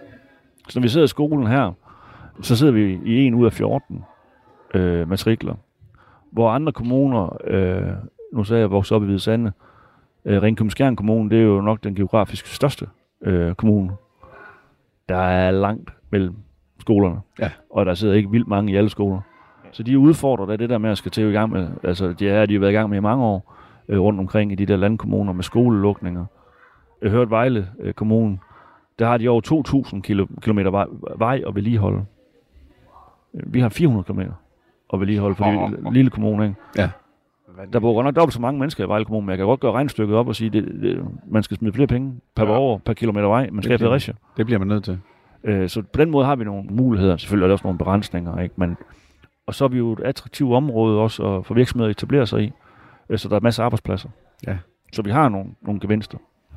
Så når vi sidder i skolen her, så sidder vi i en ud af fjorten øh, matrikler, hvor andre kommuner, øh, nu sagde jeg vokset op i Hvide Sande, øh, Ringkøbing-Skjern Kommune, det er jo nok den geografisk største øh, kommune. Der er langt mellem skolerne, ja. Og der sidder ikke vildt mange i alle skoler. Så de er udfordret af det der med at skal til i gang med, altså de er de har været i gang med i mange år, øh, rundt omkring i de der landkommuner med skolelukninger. Jeg hørte Vejle øh, Kommune, der har de over to tusind kilometer vej, vej at vedligeholde. Vi har fire hundrede kilometer at vedligeholde for oh, de oh. lille kommune, ikke? Ja. Der bor godt nok dobbelt så mange mennesker i Vejle Kommune, men jeg kan godt gøre regnstykket op og sige, at det, det, man skal smide flere penge per ja. Borger, per kilometer vej, man skal have Fredericia. Det bliver man nødt til. Øh, så på den måde har vi nogle muligheder, selvfølgelig er der også nogle begrænsninger, ikke? Men, og så er vi jo et attraktivt område også for virksomheder at etablere sig i, øh, så der er masser af arbejdspladser. Ja. Så vi har nogle, nogle gevinster.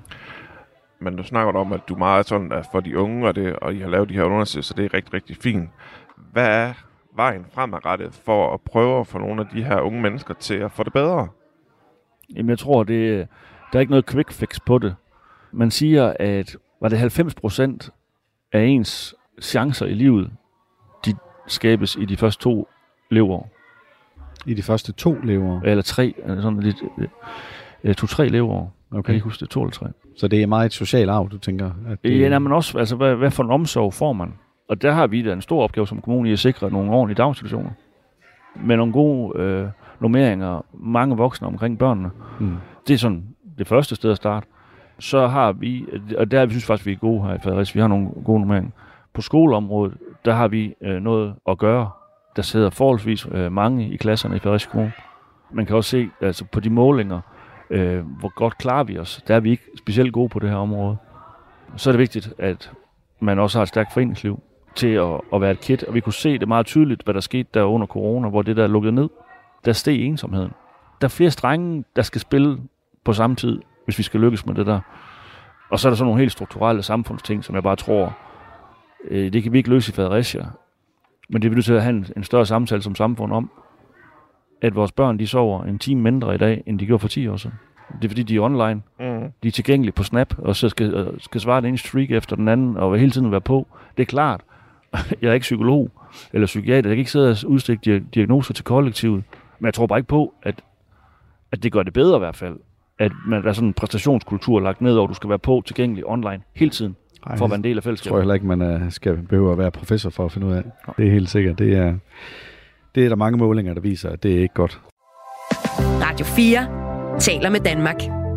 Men du snakker om, at du er meget sådan, at for de unge, og, det, og I har lavet de her undersøgelser, så det er rigtig, rigtig fint. Hvad er vejen fremadrettet for at prøve at få nogle af de her unge mennesker til at få det bedre? Jamen jeg tror, det, der er ikke noget quick fix på det. Man siger, at var det halvfems procent af ens chancer i livet, de skabes i de første to leveår. I de første to leveår? Eller tre, sådan lidt, to-tre leveår. Okay. Jeg kan ikke huske det, to eller tre. Så det er meget et socialt arv, du tænker? At det... Ja, men også, altså, hvad, hvad for en omsorg får man? Og der har vi da en stor opgave som kommune i at sikre nogle ordentlige daginstitutioner. Med nogle gode øh, normeringer, mange voksne omkring børnene. Mm. Det er sådan det første sted at starte. Så har vi, og der vi synes faktisk, vi er gode her i Fredericia, vi har nogle gode normeringer. På skoleområdet, der har vi øh, noget at gøre. Der sidder forholdsvis øh, mange i klasserne i Fredericia Kommune. Man kan også se altså, på de målinger, øh, hvor godt klarer vi os. Der er vi ikke specielt gode på det her område. Så er det vigtigt, at man også har et stærkt foreningsliv til at, at være et kit. Og vi kunne se det meget tydeligt, hvad der skete der under corona, hvor det der lukkede ned. Der steg ensomheden. Der er flere strenge, der skal spille på samme tid, hvis vi skal lykkes med det der. Og så er der så nogle helt strukturelle samfundsting, som jeg bare tror, øh, det kan vi ikke løse i Fredericia. Men det er vi nødt til at have en, en større samtale som samfund om, at vores børn, de sover en time mindre i dag, end de gjorde for ti år siden. Det er fordi, de er online. Mm. De er tilgængelige på Snap, og så skal, skal svare den ene streak efter den anden, og hele tiden være på. Det er klart. Jeg er ikke psykolog eller psykiater. Jeg kan ikke sidde og udstikke diagnoser til kollektivet. Men jeg tror bare ikke på, at, at det gør det bedre i hvert fald. At man, der er sådan en præstationskultur lagt ned over, du skal være på tilgængelig online hele tiden. Ej, for at være en del af fællesskabet. Jeg tror heller ikke, man skal behøve at være professor for at finde ud af. Det er helt sikkert. Det er, det er der mange målinger, der viser, at det er ikke godt. Radio fire taler med Danmark.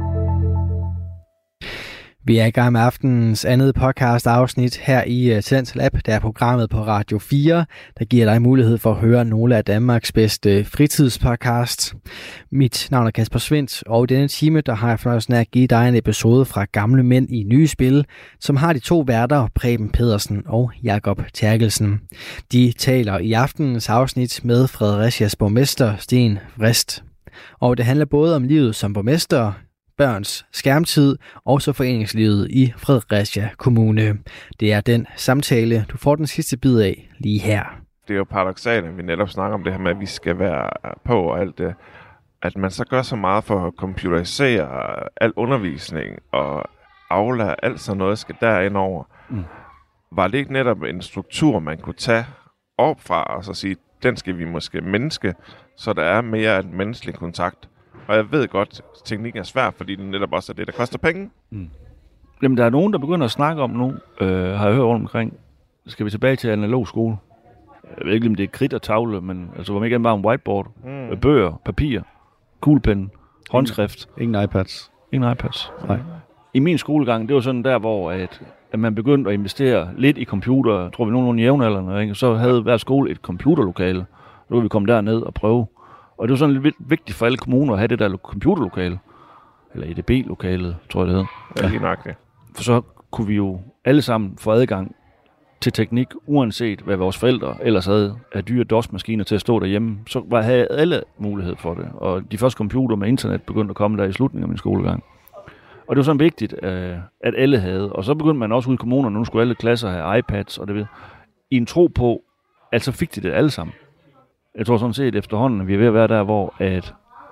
Vi er i gang med aftenens andet podcast afsnit her i Talent Lab. Det er programmet på Radio fire, der giver dig mulighed for at høre nogle af Danmarks bedste fritidspodcasts. Mit navn er Kasper Svendt, og i denne time der har jeg fornøjelsen af at give dig en episode fra Gamle Mænd i Nye Spil, som har de to værter, Preben Pedersen og Jakob Terkelsen. De taler i aftenens afsnit med Fredericias borgmester Sten Vrist. Og det handler både om livet som borgmester, børns skærmtid og så foreningslivet i Fredericia Kommune. Det er den samtale, du får den sidste bid af lige her. Det er jo paradoksalt, at vi netop snakker om det her med, at vi skal være på og alt det. At man så gør så meget for at computerisere al undervisning og Aula, alt sådan noget skal derind over. Mm. Var det ikke netop en struktur, man kunne tage op fra og så sige, den skal vi måske mindske, så der er mere en menneskelig kontakt. Og jeg ved godt, at teknikken er svær, fordi den netop også er det, der koster penge. Mm. Jamen, der er nogen, der begynder at snakke om nu, øh, har jeg hørt rundt omkring, skal vi tilbage til analog skole. Jeg ved ikke, om det er kridt og tavle, men altså, hvor man ikke bare en whiteboard, mm. bøger, papir, kuglepen, håndskrift. Ingen iPads. Ingen iPads. Nej. I min skolegang, det var sådan der, hvor at, at man begyndte at investere lidt i computer. Tror vi nogenlunde jævnaldrende, ikke? Så havde hver skole et computerlokale. Så kunne vi komme derned og prøve. Og det var sådan lidt vigtigt for alle kommuner at have det der computerlokale. Eller E D B-lokalet, tror jeg det hed. Ja, lige nok det. For så kunne vi jo alle sammen få adgang til teknik, uanset hvad vores forældre ellers havde af dyre DOS-maskiner til at stå derhjemme. Så var, havde alle mulighed for det. Og de første computer med internet begyndte at komme der i slutningen af min skolegang. Og det var sådan vigtigt, at alle havde. Og så begyndte man også ud i kommunerne, nu skulle alle klasser have iPads og det ved. I en tro på, at så fik de det alle sammen. Jeg tror sådan set efterhånden, at vi er ved at være der, hvor at,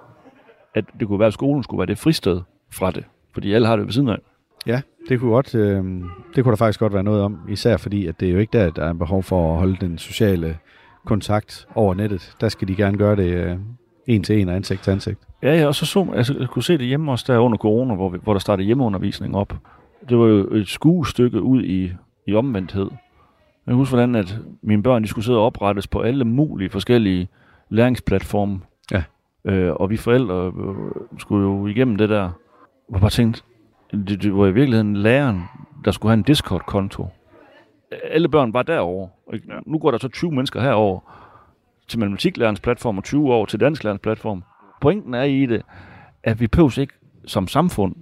at det kunne være, at skolen skulle være det fristed fra det. Fordi alle har det ved siden af. Ja, det kunne, godt, øh, det kunne der faktisk godt være noget om. Især fordi, at det er jo ikke der, der er behov for at holde den sociale kontakt over nettet. Der skal de gerne gøre det øh, en til en og ansigt til ansigt. Ja, ja, og så så altså, jeg kunne se det hjemme også der under corona, hvor, vi, hvor der startede hjemmeundervisning op. Det var jo et skuestykke ud i, i omvendthed. Jeg husker, hvordan at mine børn de skulle sidde og oprettes på alle mulige forskellige læringsplatforme. Ja. Øh, og vi forældre øh, skulle jo igennem det der. Og bare tænkte, det, det var i virkeligheden læreren, der skulle have en Discord-konto. Alle børn var derovre. Ja. Nu går der så tyve mennesker herover til matematiklærernes platform og tyve år til dansklærernes platform. Pointen er i det, at vi behøver ikke som samfund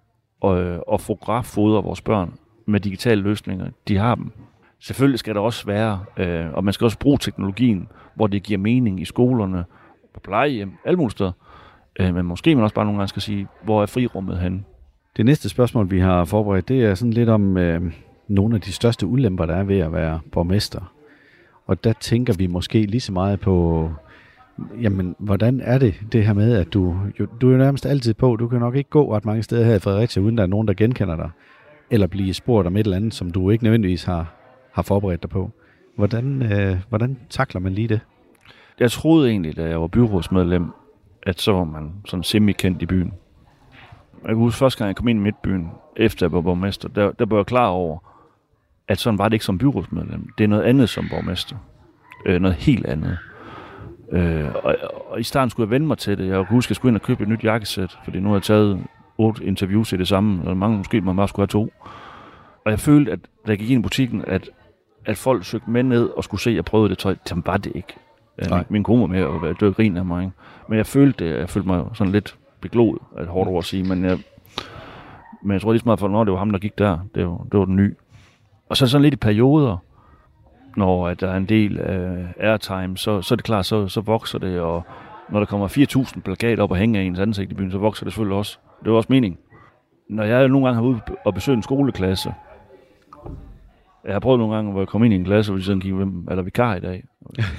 at, at fotograffodre vores børn med digitale løsninger. De har dem. Selvfølgelig skal der også være, øh, og man skal også bruge teknologien, hvor det giver mening i skolerne, på plejehjem, alle mulige steder. Øh, men måske man også bare nogle gange skal sige, hvor er frirummet henne? Det næste spørgsmål, vi har forberedt, det er sådan lidt om øh, nogle af de største ulemper, der er ved at være borgmester. Og der tænker vi måske lige så meget på, jamen, hvordan er det, det her med, at du, jo, du er jo nærmest altid på, du kan nok ikke gå ret mange steder her i Fredericia, uden der er nogen, der genkender dig, eller blive spurgt om et eller andet, som du ikke nødvendigvis har, har forberedt dig på. Hvordan, øh, hvordan takler man lige det? Jeg troede egentlig, da jeg var byrådsmedlem, at så var man sådan semi-kendt i byen. Jeg kan huske, første gang jeg kom ind i Midtbyen, efter jeg var borgmester, der, der blev jeg klar over, at sådan var det ikke som byrådsmedlem. Det er noget andet som borgmester. Øh, noget helt andet. Øh, og, og i starten skulle jeg vende mig til det. Jeg kunne huske, at jeg skulle ind og købe et nyt jakkesæt, fordi nu har jeg taget otte interviews i det samme, og mange måske man bare skulle have to. Og jeg følte, at da jeg gik ind i butikken, at, at folk søgte med ned og skulle se, at jeg prøvede det tøj. Jamen var det ikke. Min, min kone var med og var død grin af mig. Ikke? Men jeg følte det. Jeg følte mig sådan lidt begloet, er et hårdt ord at sige. Men jeg, men jeg tror lige så meget for, når det var ham, der gik der. Det var, det var den nye. Og så sådan lidt i perioder, når der er en del af airtime, så, så er det klart, så, så vokser det. Og når der kommer fire tusind plakater op og hænger af ens ansigt i byen, så vokser det selvfølgelig også. Det var også meningen. Når jeg nogle gange har ude og besøgt en skoleklasse, jeg har prøvet nogle gange, hvor jeg kom ind i en klasse, hvor de sådan gik, hvem er der vikar i dag?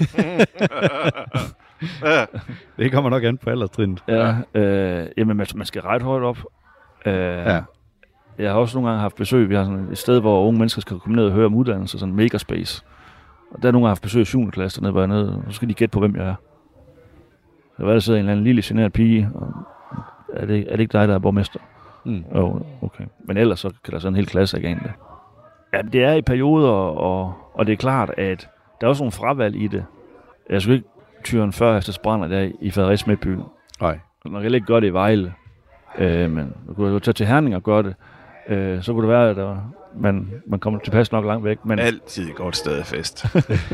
Det kommer nok an på alderstrinnet. Ja, øh, jamen man, man skal ret højt op. Øh, ja. Jeg har også nogle gange haft besøg, vi har sådan et sted, hvor unge mennesker skal komme ned og høre om uddannelse, sådan Megaspace. Og der er nogle gange haft besøg i syvende klasse dernede, hvor jeg er nede, og så skal de gætte på, hvem jeg er. Så var der sidder en eller anden lille generet pige, og er det, er det ikke dig, der er borgmester? Mm. Oh, okay. Men ellers så kan der sådan en hel klasse ikke det. Ja, det er i perioder, og, og det er klart, at der er også nogle fravalg i det. Jeg skulle ikke tyre en fyrre efter brænder der i Fredericia Midtby. Nej. Man kan ikke gøre det i Vejle, øh, men du kunne jo tage til Herning og gøre det. Øh, så kunne det være, at der, man, man kommer tilpas nok langt væk. Men, altid et godt sted fest.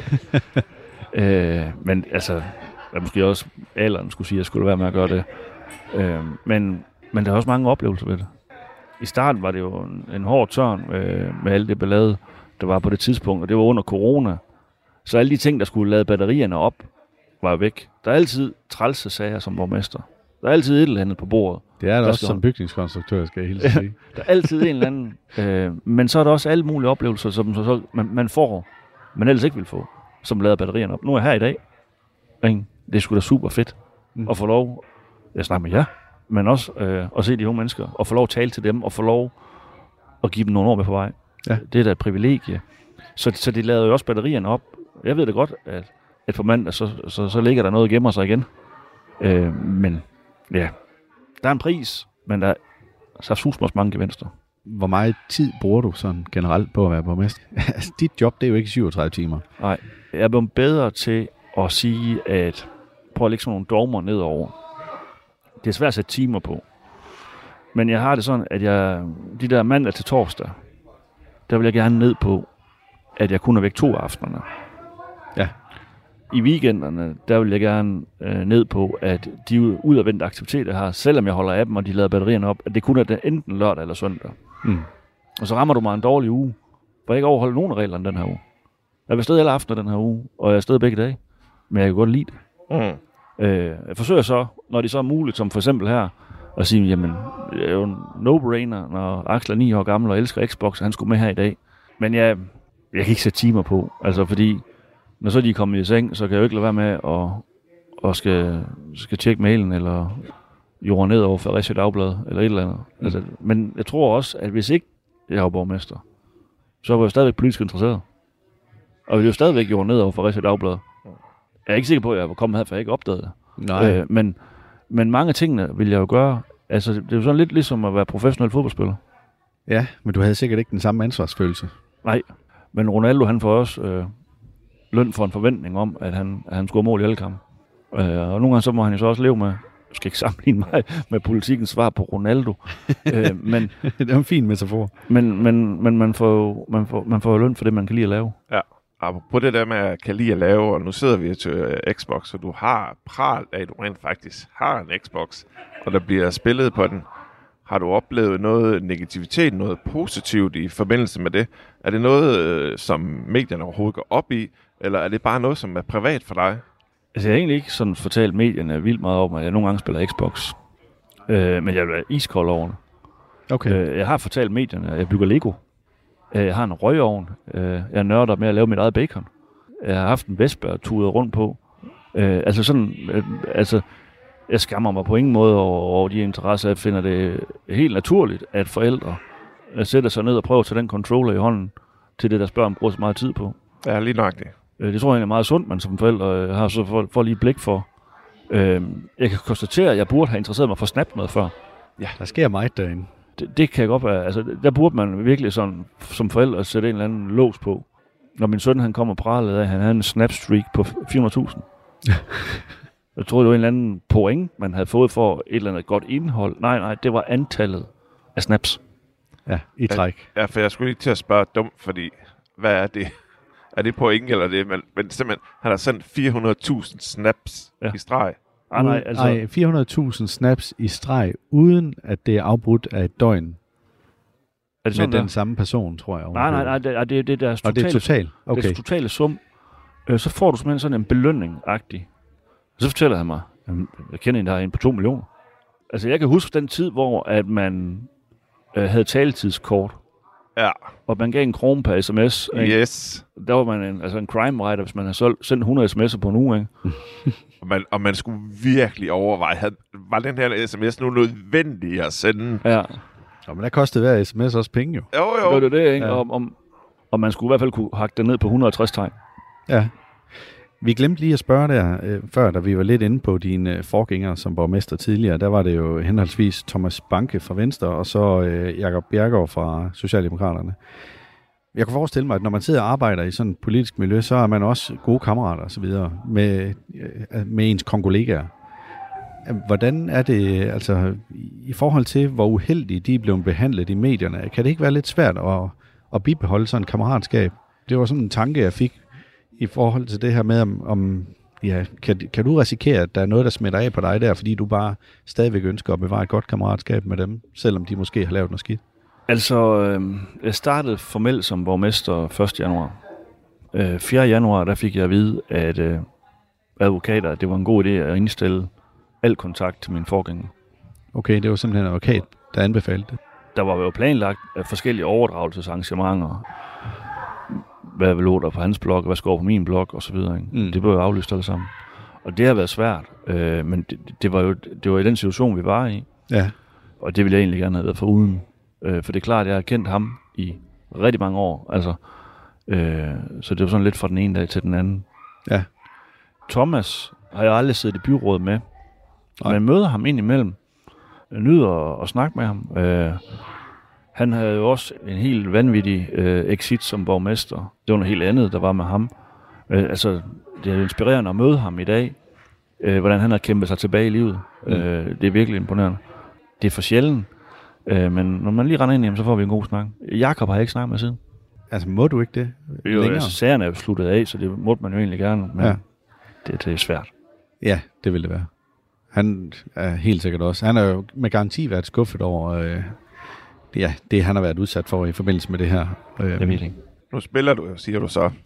øh, men altså, jeg måske også alderen skulle sige, at jeg skulle være med at gøre det. Øh, men, men der er også mange oplevelser ved det. I starten var det jo en, en hård tørn øh, med alt det ballade, der var på det tidspunkt, og det var under corona. Så alle de ting, der skulle lade batterierne op, var væk. Der er altid trælse sager som borgmester. Der er altid et eller andet på bordet. Det er der også som bygningskonstruktør, skal jeg hilse sige. Der er altid en eller anden. Øh, men så er der også alle mulige oplevelser, som så, så, man, man får, man ellers ikke vil få, som lader batterierne op. Nu er jeg her i dag. Ikke? Det er sgu da super fedt mm. at få lov at snakke med jer, men også øh, at se de unge mennesker, og få lov at tale til dem, og få lov at give dem nogle år med på vej. Ja. Det er da et privilegie. Så, så de lader jo også batterierne op. Jeg ved det godt, at, at på mandag, så, så, så ligger der noget og gemmer sig igen. Øh, men ja, der er en pris, men der er så susmås mange gevinster. Hvor meget tid bruger du sådan generelt på at være borgmester? Altså, dit job, det er jo ikke syvogtredive timer. Nej, jeg er blevet bedre til at sige, at prøv at lægge sådan nogle dogmer nedover. Det er svært at sætte timer på. Men jeg har det sådan, at jeg, de der mandag til torsdag, der vil jeg gerne ned på, at jeg kun er væk to aftenerne. Ja. I weekenderne, der vil jeg gerne øh, ned på, at de udadvendte aktiviteter har, selvom jeg holder af dem, og de lader batterierne op, at det kun er det enten lørdag eller søndag. Mm. Og så rammer du mig en dårlig uge, hvor jeg ikke overholder nogen af reglerne den her uge. Jeg er stadig alle aftener den her uge, og jeg er stadig begge dage. Men jeg kan godt lide det. Mm. Øh, jeg forsøger så, når det så er muligt, som for eksempel her, at sige, jamen, det er jo en no-brainer, når Axel er ni år gammel og elsker Xbox, og han skulle med her i dag. Men jeg, jeg kan ikke sætte timer på, altså fordi, når så de er kommet i seng, så kan jeg jo ikke lade være med at og skal, skal tjekke mailen, eller jorde ned over Fredericia Dagblad, eller et eller andet. Mm. Altså, men jeg tror også, at hvis ikke jeg var borgmester, så var jeg stadigvæk politisk interesseret. Og jeg ville jo stadigvæk jorde ned over Fredericia Dagblad. Jeg er ikke sikker på, at jeg var kommet her, for jeg ikke opdagede det. Nej. Øh, men, men mange af tingene vil jeg jo gøre. Altså, det er jo sådan lidt ligesom at være professionel fodboldspiller. Ja, men du havde sikkert ikke den samme ansvarsfølelse. Nej, men Ronaldo, han får også øh, løn for en forventning om, at han, at han scorer mål i alle kampe. Øh, og nogle gange så må han jo så også leve med, jeg skal ikke sammenligne mig med politikens svar på Ronaldo. øh, men, det er en fin metafor. Men, men, men man får man får, man får løn for det, man kan lide at lave. Ja. På det der med at kan lide at lave, og nu sidder vi til uh, Xbox, så du har pralt af, at du rent faktisk har en Xbox, og der bliver spillet på den. Har du oplevet noget negativitet, noget positivt i forbindelse med det? Er det noget, øh, som medierne overhovedet går op i, eller er det bare noget, som er privat for dig? Altså jeg har egentlig ikke sådan fortalt medierne vildt meget om, at jeg nogle gange spiller Xbox, øh, men jeg er iskold over det. Okay. Øh, jeg har fortalt medierne, at jeg bygger Lego. Jeg har en røgovn. Jeg nørder med at lave mit eget bacon. Jeg har haft en Vespa og tudet rundt på. Altså sådan, altså, jeg skammer mig på ingen måde over, over de interesser. Jeg finder det helt naturligt, at forældre sætter sig ned og prøver at tage den controller i hånden til det, deres børn bruger så meget tid på. Ja, lige nok det. Det tror jeg er meget sundt, man som forældre har så for, for lige blik for. Jeg kan konstatere, at jeg burde have interesseret mig for Snap noget før. Ja. Der sker meget derinde. Det, det kan godt være. Altså, der burde man virkelig sådan, som forældre sætte en eller anden lås på. Når min søn han kommer og pralede af, at han havde en snapstreak på fire hundrede tusind. Jeg troede, det var en eller anden point, man havde fået for et eller andet godt indhold. Nej, nej, det var antallet af snaps. Ja, i træk. Ja, for jeg skulle ikke til at spørge dumt, fordi hvad er det? Er det point eller det? Men, men simpelthen, han har sendt fire hundrede tusind snaps ja. i streg. Ah, nej, altså... nej, fire hundrede tusind snaps i streg, uden at det er afbrudt af et døgn. Er det sådan, med der? Den samme person, tror jeg. Nej, nej, nej, det er det, det deres totale, og det er total. Okay. Det er totale sum. Øh, så får du simpelthen sådan en belønning-agtig. Og så fortæller han mig, jeg kender en, der er en på to millioner. Altså, jeg kan huske den tid, hvor at man øh, havde taletidskort. Ja. Og man gav en krone per sms. Yes. Der var man en, altså en crime writer, hvis man havde solgt, sendt hundrede sms'er på en uge, ikke? og, man, og man skulle virkelig overveje, havde, var den her sms nu nødvendig at sende? Ja. Og men der kostede hver sms også penge, jo. Jo, jo. Det var det, ikke? Ja. Og, om, og man skulle i hvert fald kunne hakke det ned på et hundrede og tres tegn. Ja. Vi glemte lige at spørge der øh, før, da vi var lidt inde på dine øh, forgængere som borgmester tidligere. Der var det jo henholdsvis Thomas Banke fra Venstre, og så øh, Jakob Bjerregaard fra Socialdemokraterne. Jeg kan forestille mig, at når man sidder og arbejder i sådan et politisk miljø, så er man også gode kammerater og så videre med, øh, med ens kollegaer. Hvordan er det, altså i forhold til, hvor uheldige de er blevet behandlet i medierne, kan det ikke være lidt svært at, at bibeholde sådan et kammeratskab? Det var sådan en tanke, jeg fik i forhold til det her med, om, om ja, kan, kan du risikere, at der er noget, der smitter af på dig der, fordi du bare stadigvæk ønsker at bevare et godt kammeratskab med dem, selvom de måske har lavet noget skidt? Altså, øh, jeg startede formelt som borgmester første januar. Øh, fjerde januar, der fik jeg at vide, at øh, advokater, det var en god idé at indstille al kontakt til min forgænger. Okay, det var simpelthen en advokat, der anbefalede det. Der var jo planlagt forskellige overdragelsesarrangementer. Hvad lå der på hans blog, hvad skulle på min blog, og så videre. Ikke? Mm. Det blev jo aflyst alle sammen. Og det har været svært, øh, men det, det var jo det var i den situation, vi var i. Ja. Og det ville jeg egentlig gerne have været foruden. Øh, for det er klart, at jeg har kendt ham i rigtig mange år. Altså, øh, så det var sådan lidt fra den ene dag til den anden. Ja. Thomas har jeg aldrig siddet i byrådet med. Nej. Men møder ham ind imellem. Jeg nyder at, at snakke med ham. Øh, han havde jo også en helt vanvittig øh, exit som borgmester. Det var noget helt andet, der var med ham. Øh, altså, det er inspirerende at møde ham i dag. Øh, hvordan han har kæmpet sig tilbage i livet. Mm. Øh, det er virkelig imponerende. Det er for sjældent. Øh, men når man lige render ind hjem, så får vi en god snak. Jakob har jeg ikke snakket med siden. Altså, må du ikke det? Jo, altså, sagerne er jo sluttet af, så det måtte man jo egentlig gerne. Men ja. det, det er svært. Ja, det vil det være. Han er helt sikkert også. Han har jo med garanti været skuffet over øh, ja, det, han har været udsat for i forbindelse med det her. Øh, jeg ved ikke. Nu spiller du, siger du så.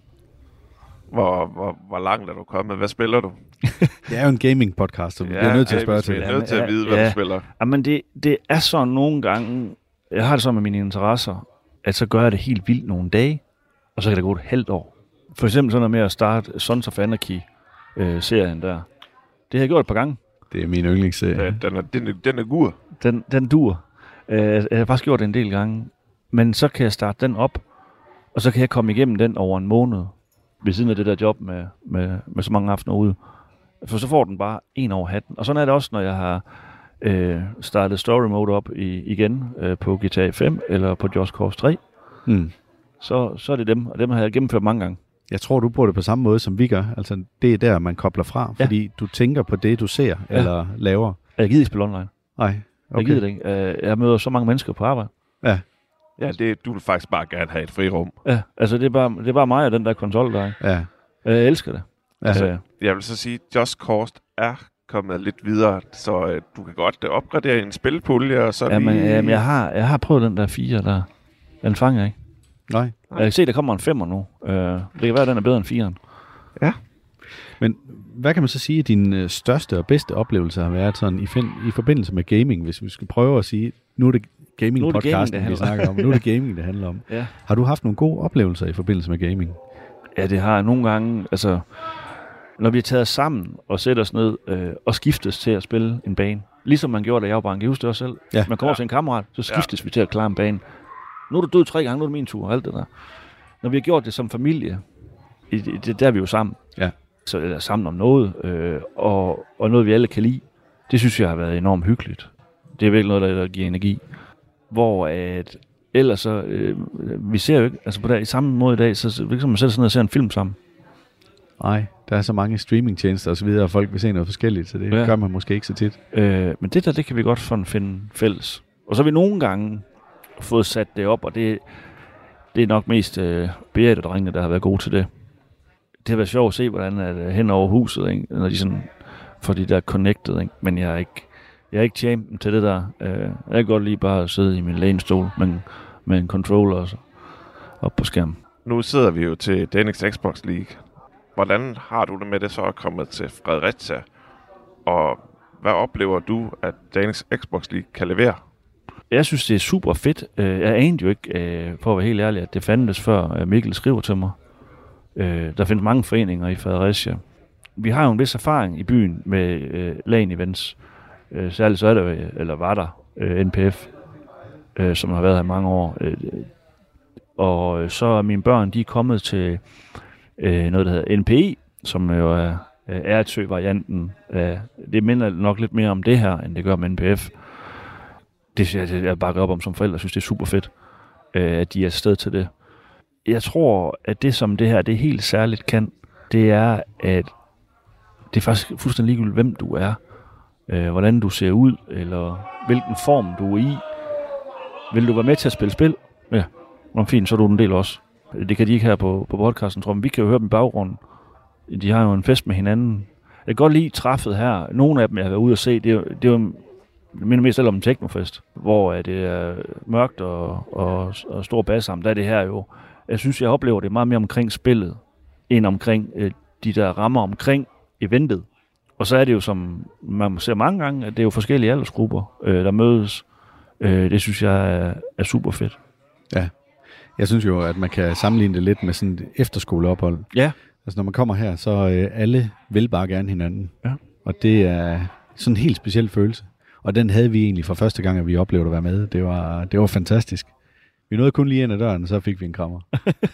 Hvor, hvor, hvor langt er du kommet? Hvad spiller du? Det er jo en gaming-podcast, så vi ja, bliver nødt til at spørge til det. Jeg er nødt til at vide, hvad ja. du spiller. Jamen, det, det er sådan nogle gange, jeg har det så med mine interesser, at så gør jeg det helt vildt nogle dage, og så kan det gå et halvt år. For eksempel sådan noget med at starte Sons of Anarchy-serien øh, der. Det har jeg gjort et par gange. Det er min yndlingsserie. Ja, den er, den er, den er gur. Den, den dur. Uh, jeg har faktisk gjort det en del gange. Men så kan jeg starte den op, og så kan jeg komme igennem den over en måned, ved siden af det der job med, med, med så mange aftener ude. For så får den bare en over hatten. Og sådan er det også, når jeg har uh, startet story mode op i, igen uh, på G T A fem eller på Just Cause tre. Mm. Så, så er det dem, og dem har jeg gennemført mange gange. Jeg tror, du bruger det på samme måde, som vi gør. Altså, det er der, man kobler fra, ja. Fordi du tænker på det, du ser ja. Eller laver. Jeg gider ikke spille online. Nej, okay. Jeg gider det ikke. Jeg møder så mange mennesker på arbejde. Ja. Ja, det, du vil faktisk bare gerne have et frirum. Ja, altså det er bare, det er bare mig og den der konsol, der er. Ja. Jeg elsker det. Altså, øh. Jeg vil så sige, at Just Cause er kommet lidt videre, så øh, du kan godt øh, opgradere en spilpulje, og så ja, men, lige... Jamen, jeg har, jeg har prøvet den der fire der. Den fanger jeg ikke. Nej. Jeg kan se, der kommer en femmer nu. Uh, det kan være, at den er bedre end firen. Ja. Men hvad kan man så sige, at din største og bedste oplevelse har været sådan i, fin- i forbindelse med gaming, hvis vi skal prøve at sige, nu er det gaming-podcasten, vi snakker om. Nu er det gaming, det handler om. Ja. Har du haft nogle gode oplevelser i forbindelse med gaming? Ja, det har jeg nogle gange. Altså, når vi er taget sammen og sætter os ned øh, og skiftes til at spille en bane. Ligesom man gjorde, da jeg var barn. Kan I huske det også selv? Ja. Man kommer ja. til en kammerat, så skiftes ja. vi til at klare en bane. Nu er du død tre gange, nu er det min tur, og alt det der. Når vi har gjort det som familie, det, det der er vi jo sammen. Ja. Så er sammen om noget, øh, og, og noget vi alle kan lide. Det synes jeg har været enormt hyggeligt. det er virkelig noget, der, der giver energi. Hvor at ellers så, øh, vi ser jo ikke, altså på der, i samme måde i dag, så, så ligesom man sætter sådan noget og ser en film sammen. Nej, der er så mange streamingtjenester og så videre, og folk vil se noget forskelligt, så det ja. gør man måske ikke så tit. Øh, men det der, det kan vi godt sådan finde fælles. Og så har vi nogle gange fået sat det op, og det, det er nok mest øh, Berit og drengene, der har været gode til det. Det har været sjovt at se, hvordan at, øh, hen over huset, ikke? Når de sådan får de der connected, ikke? Men jeg er ikke, jeg er ikke champion til det der. Øh, jeg kan godt lige bare sidde i min lænestol med, med en controller og så op på skærmen. Nu sidder vi jo til Danics Xbox League. Hvordan har du det med det så at komme til Fredericia? Og hvad oplever du, at Danics Xbox League kan levere? Jeg synes, det er super fedt. Jeg anede jo ikke, for at være helt ærlig, at det fandtes før Mikkel skriver til mig. Der findes mange foreninger i Fredericia. Vi har jo en vis erfaring i byen med LAN-events. Særligt så er der, eller var der, N P F, som har været her i mange år. Og så er mine børn, de er kommet til noget, der hedder N P I, som jo er Ertsø-varianten. Det minder nok lidt mere om det her, end det gør med N P F. Det jeg, jeg bakker op om som forældre. Jeg synes, det er super fedt, at de er afsted til det. Jeg tror, at det, som det her det helt særligt kan, det er, at det er faktisk fuldstændig ligegyldigt, hvem du er. Hvordan du ser ud, eller hvilken form du er i. Vil du være med til at spille spil? Ja, nå, fint, så er du en del også. Det kan de ikke her på, på podcasten, tror jeg. Men vi kan jo høre dem i baggrunden. De har jo en fest med hinanden. Jeg kan godt lide træffet her. Nogle af dem, jeg har været ude at se, det er, det er jo det minder mest om en teknofest, hvor det er mørkt og, og, og stor bas sammen. Der er det her jo. Jeg synes, jeg oplever det meget mere omkring spillet, end omkring øh, de der rammer omkring eventet. Og så er det jo, som man ser mange gange, at det er jo forskellige aldersgrupper, øh, der mødes. Øh, det synes jeg er, er super fedt. Ja, jeg synes jo, at man kan sammenligne det lidt med sådan et efterskoleophold. Ja. Altså når man kommer her, så øh, alle vil bare gerne hinanden. Ja. Og det er sådan en helt speciel følelse. Og den havde vi egentlig for første gang, at vi oplevede at være med. Det var, det var fantastisk. Vi nåede kun lige ind ad døren, og så fik vi en krammer.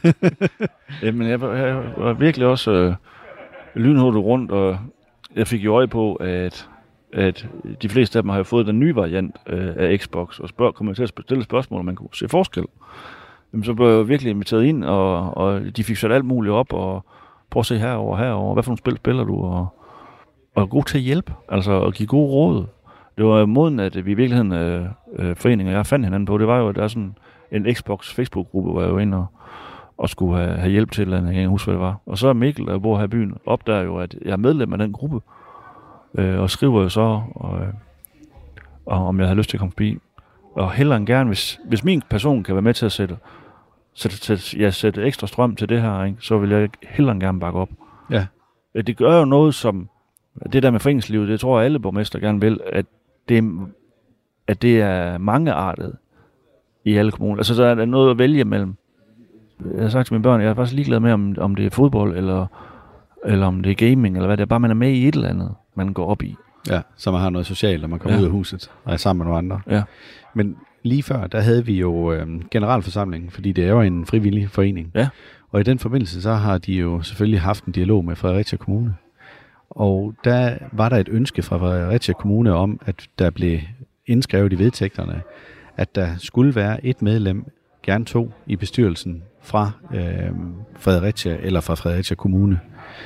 Jamen, jeg var, jeg var virkelig også øh, lynhurtigt rundt, og jeg fik jo øje på, at, at de fleste af dem har jo fået den nye variant øh, af Xbox, og spørg, kommer til at stille spørgsmål, om man kunne se forskel. Jamen, så blev jeg virkelig inviteret ind, og, og de fik sat alt muligt op, og prøv at se herover herover. Hvad for nogle spil spiller du? Og, og er god til at hjælpe, altså at give gode råd. Det var måden, at vi i virkeligheden, øh, øh, foreninger, jeg fandt hinanden på, det var jo, at der er sådan en Xbox Facebook-gruppe, hvor jeg var inde og, og skulle have, have hjælp til et eller andet, jeg kan ikke huske, hvad det var. Og så er Mikkel, der bor her i byen, opdager jo, at jeg er medlem af den gruppe, øh, og skriver jo så, og, øh, og om jeg har lyst til at komme forbi. Og hellere end gerne, hvis, hvis min person kan være med til at sætte, sætte, sætte, ja, sætte ekstra strøm til det her, ikke, så vil jeg hellere end gerne bakke op. Ja. Det gør jo noget som, det der med foreningslivet, det tror jeg alle borgmester gerne vil, at det, at det er mangeartet i alle kommuner. Altså, så er der noget at vælge mellem. Jeg har sagt til mine børn, jeg er faktisk ligeglad med, om, om det er fodbold, eller, eller om det er gaming, eller hvad det er. Bare man er med i et eller andet, man går op i. Ja, så man har noget socialt, og man kommer ja. ud af huset og er sammen med nogle andre. Ja. Men lige før, der havde vi jo øh, generalforsamlingen, fordi det er jo en frivillig forening. Ja. Og i den forbindelse, så har de jo selvfølgelig haft en dialog med Fredericia Kommune. Og der var der et ønske fra Fredericia Kommune om, at der blev indskrevet i vedtægterne, at der skulle være et medlem, gerne to, i bestyrelsen fra øh, Fredericia eller fra Fredericia Kommune.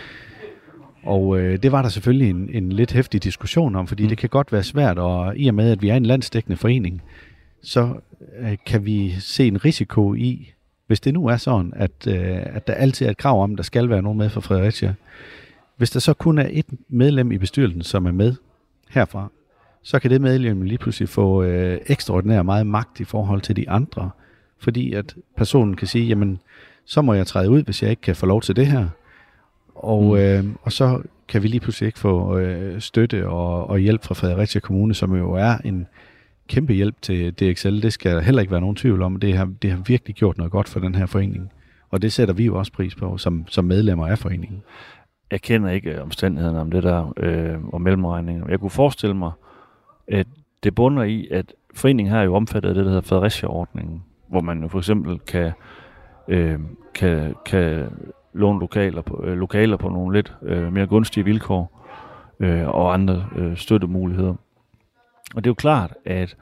Og øh, det var der selvfølgelig en, en lidt heftig diskussion om, fordi mm. det kan godt være svært, og i og med, at vi er en landsdækkende forening, så øh, kan vi se en risiko i, hvis det nu er sådan, at, øh, at der altid er et krav om, at der skal være nogen med fra Fredericia. Hvis der så kun er et medlem i bestyrelsen, som er med herfra, så kan det medlem lige pludselig få øh, ekstraordinær meget magt i forhold til de andre, fordi at personen kan sige, jamen, så må jeg træde ud, hvis jeg ikke kan få lov til det her. Og, mm. øh, og så kan vi lige pludselig ikke få øh, støtte og, og hjælp fra Fredericia Kommune, som jo er en kæmpe hjælp til D X L. Det skal der heller ikke være nogen tvivl om. Det har, det har virkelig gjort noget godt for den her forening. Og det sætter vi jo også pris på, som, som medlemmer af foreningen. Jeg kender ikke omstændighederne om det der øh, og mellemregninger. Jeg kunne forestille mig, at det bunder i, at foreningen her er jo omfattet af det, der hedder Fredericia-ordningen, hvor man jo for eksempel kan, øh, kan, kan låne lokaler på, øh, lokaler på nogle lidt øh, mere gunstige vilkår øh, og andre øh, støttemuligheder. Og det er jo klart, at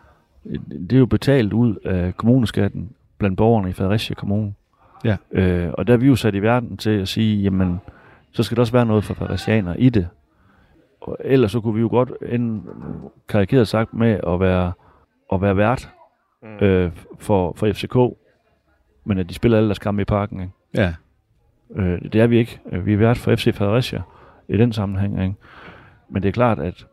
det er jo betalt ud af kommuneskatten blandt borgerne i Fredericia Kommune. Ja. Øh, og der er vi jo sat i verden til at sige, jamen, så skal der også være noget for fredericianere i det. Og ellers så kunne vi jo godt ende karikeret sagt med at være, at være vært øh, for, for F C K, men at de spiller alle deres kampe i parken. Ikke? Ja. Øh, det er vi ikke. Vi er vært for F C Fredericia i den sammenhæng. Ikke? Men det er klart, at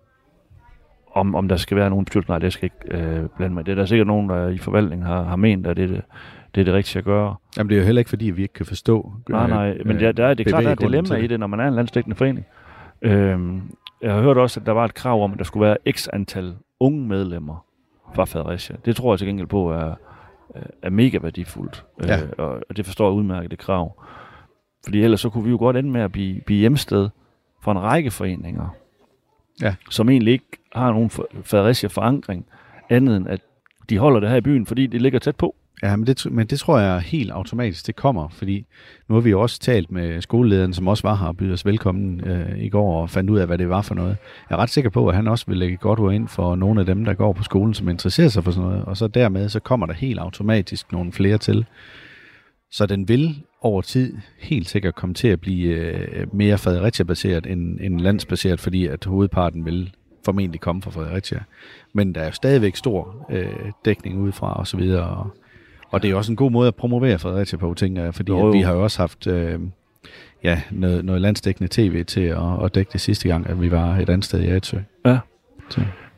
om, om der skal være nogen bestyrelse, nej, det skal ikke øh, blande mig. Det er der sikkert nogen, der i forvaltningen har, har ment, at det, det, det er det rigtige at gøre. Jamen det er jo heller ikke, fordi vi ikke kan forstå. Nej, nej, men det, der er, det er klart, der er et dilemma i det, når man er en landsdækkende forening. Øhm, jeg har hørt også, at der var et krav om, at der skulle være x antal unge medlemmer fra Fredericia. Det tror jeg til gengæld på er, er mega værdifuldt, ja. øh, og, og det forstår jeg udmærket, det krav. Fordi ellers så kunne vi jo godt ende med at blive, blive hjemsted for en række foreninger, ja. som egentlig ikke har nogen Fredericia-forankring, andet end at de holder det her i byen, fordi det ligger tæt på. Ja, men det, men det tror jeg helt automatisk, det kommer, fordi nu har vi jo også talt med skolelederen, som også var her og byder os velkommen øh, i går og fandt ud af, hvad det var for noget. Jeg er ret sikker på, at han også vil lægge godt ord ind for nogle af dem, der går på skolen, som interesserer sig for sådan noget, og så dermed, så kommer der helt automatisk nogle flere til. Så den vil over tid helt sikkert komme til at blive øh, mere Fredericia-baseret end, end landsbaseret, fordi at hovedparten vil formentlig komme fra Fredericia. Men der er jo stadigvæk stor øh, dækning udefra og så videre, og Og det er også en god måde at promovere Fredericia på, tænker jeg, fordi jo, jo. At vi har jo også haft øh, ja, noget, noget landsdækkende tv til at, at dække det sidste gang, at vi var et andet sted i Adsø. Ja. Så.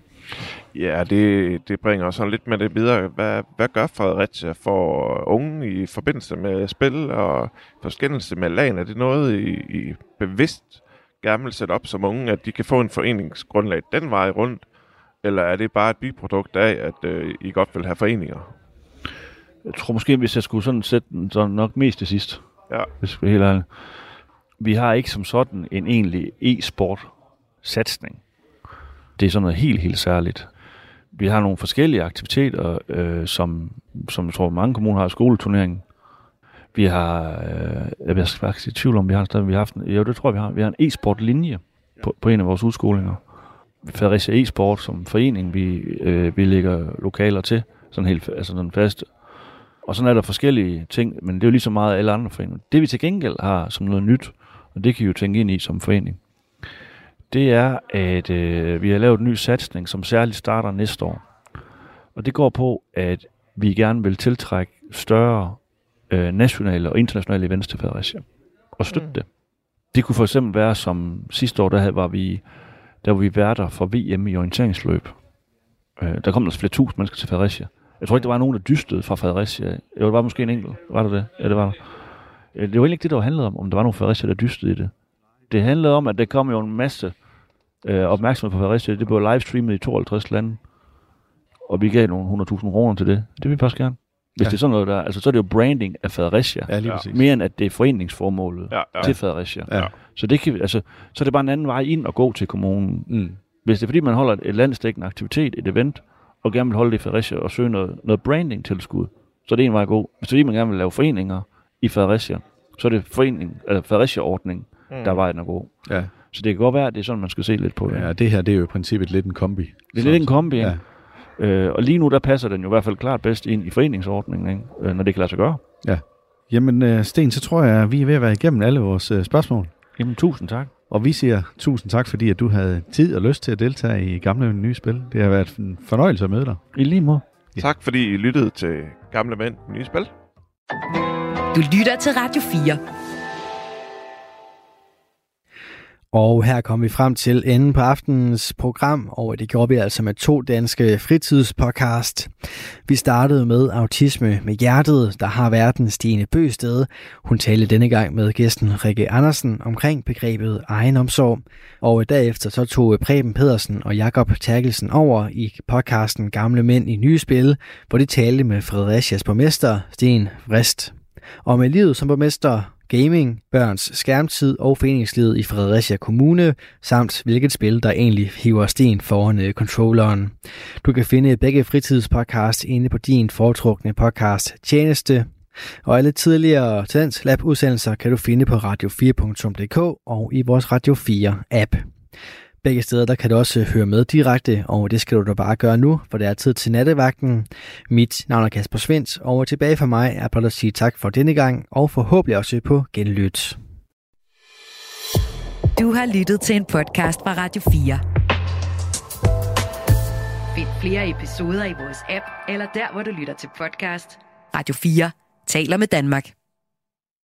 Ja, det, det bringer også lidt med det videre. Hvad, hvad gør Fredericia for unge i forbindelse med spil og forskendelse med lagen? Er det noget, I, I bevidst gerne vil sætte op som unge, at de kan få en foreningsgrundlag den vej rundt? Eller er det bare et biprodukt af, at øh, I godt vil have foreninger? Jeg tror måske, hvis jeg skulle sådan sætte den, så nok mest til sidst. Ja. Hvis vi er helt ærlige. Vi har ikke som sådan en egentlig e-sport-satsning. Det er sådan noget helt, helt særligt. Vi har nogle forskellige aktiviteter, øh, som, som jeg tror, mange kommuner har skoleturneringen. Vi har, øh, jeg skal faktisk i tvivl om, vi har stadig, vi har haft, jo, det tror jeg, vi har. Vi har en e-sport-linje på, på en af vores udskolinger. Fredericia e-sport som forening, vi, øh, vi lægger lokaler til, sådan helt altså sådan fast. Og sådan er der forskellige ting, men det er jo lige så meget af alle andre foreninger. Det vi til gengæld har som noget nyt, og det kan I jo tænke ind i som forening, det er, at øh, vi har lavet en ny satsning, som særligt starter næste år. Og det går på, at vi gerne vil tiltrække større øh, nationale og internationale events til Fredericia. Og støtte mm. det. Det kunne for eksempel være, som sidste år, der havde, var vi, der var vi værter for V M i orienteringsløb. Øh, der kom der flere tusind mennesker til Fredericia. Jeg tror ikke, der var nogen, der dystede fra Fredericia. Jo, det var måske en enkelt. Var der det? Ja, det var der. Det var egentlig ikke det, der handlede om, om der var nogen Fredericia, der dystede i det. Det handlede om, at der kom jo en masse øh, opmærksomhed på Fredericia. Det blev livestreamet i tooghalvtreds lande. Og vi gav nogle hundrede tusind kroner til det. Det vil vi faktisk gerne. Hvis ja. Det er sådan noget der, altså så er det jo branding af Fredericia. Ja, lige præcis. Mere end at det er foreningsformålet ja, ja. til Fredericia. Ja. Så det kan, altså, så er det bare en anden vej ind og gå til kommunen. Mm. Hvis det er fordi, man holder et landsdækkende aktivitet, et event, og gerne vil holde det i Fredericia og søge noget, noget branding-tilskud, så er det en vej god. Hvis det er fordi, man gerne vil lave foreninger i Fredericia, så er det forening, eller Fredericia-ordning, mm. der er vejen at gå. Ja. Så det kan godt være, at det er sådan, man skal se lidt på det. Ja, det her, det er jo i princippet lidt en kombi. Det er så lidt en kombi, ja. Øh, og lige nu, der passer den jo i hvert fald klart bedst ind i foreningsordningen, ikke? Øh, når det kan lade sig gøre. Ja. Jamen, Sten, så tror jeg, at vi er ved at være igennem alle vores uh, spørgsmål. Jamen, tusind tak. Og vi siger tusind tak, fordi at du havde tid og lyst til at deltage i Gamle Mænd Nye Spil. Det har været en fornøjelse at møde dig. I lige måde. Ja. Tak, fordi I lyttede til Gamle Mænd Nye Spil. Du lytter til Radio fire. Og her kom vi frem til enden på aftenens program, og det gjorde vi altså med to danske fritidspodcast. Vi startede med Autisme med Hjertet, der har verden Stine Bøsted. Hun talte denne gang med gæsten Rikke Andersen omkring begrebet egenomsorg. Og derefter så tog Preben Pedersen og Jakob Terkelsen over i podcasten Gamle Mænd i Nye Spil, hvor de talte med Fredericias borgmester Sten Vrist. Og med livet som borgmester, gaming, børns skærmtid og foreningslivet i Fredericia Kommune, samt hvilket spil, der egentlig hiver Sten foran uh, controlleren. Du kan finde begge fritidspodcast inde på din foretrukne podcast tjeneste. Og alle tidligere Talents Lab udsendelser kan du finde på radio fire punktum d k og i vores Radio fire app. Begge steder, der kan du også høre med direkte, og det skal du da bare gøre nu, for det er tid til nattevagten. Mit navn er Kasper Svendt, og tilbage for mig er blot at sige tak for denne gang, og forhåbentlig også på genlyt. Du har lyttet til en podcast fra Radio fire. Find flere episoder i vores app, eller der, hvor du lytter til podcast. Radio fire taler med Danmark.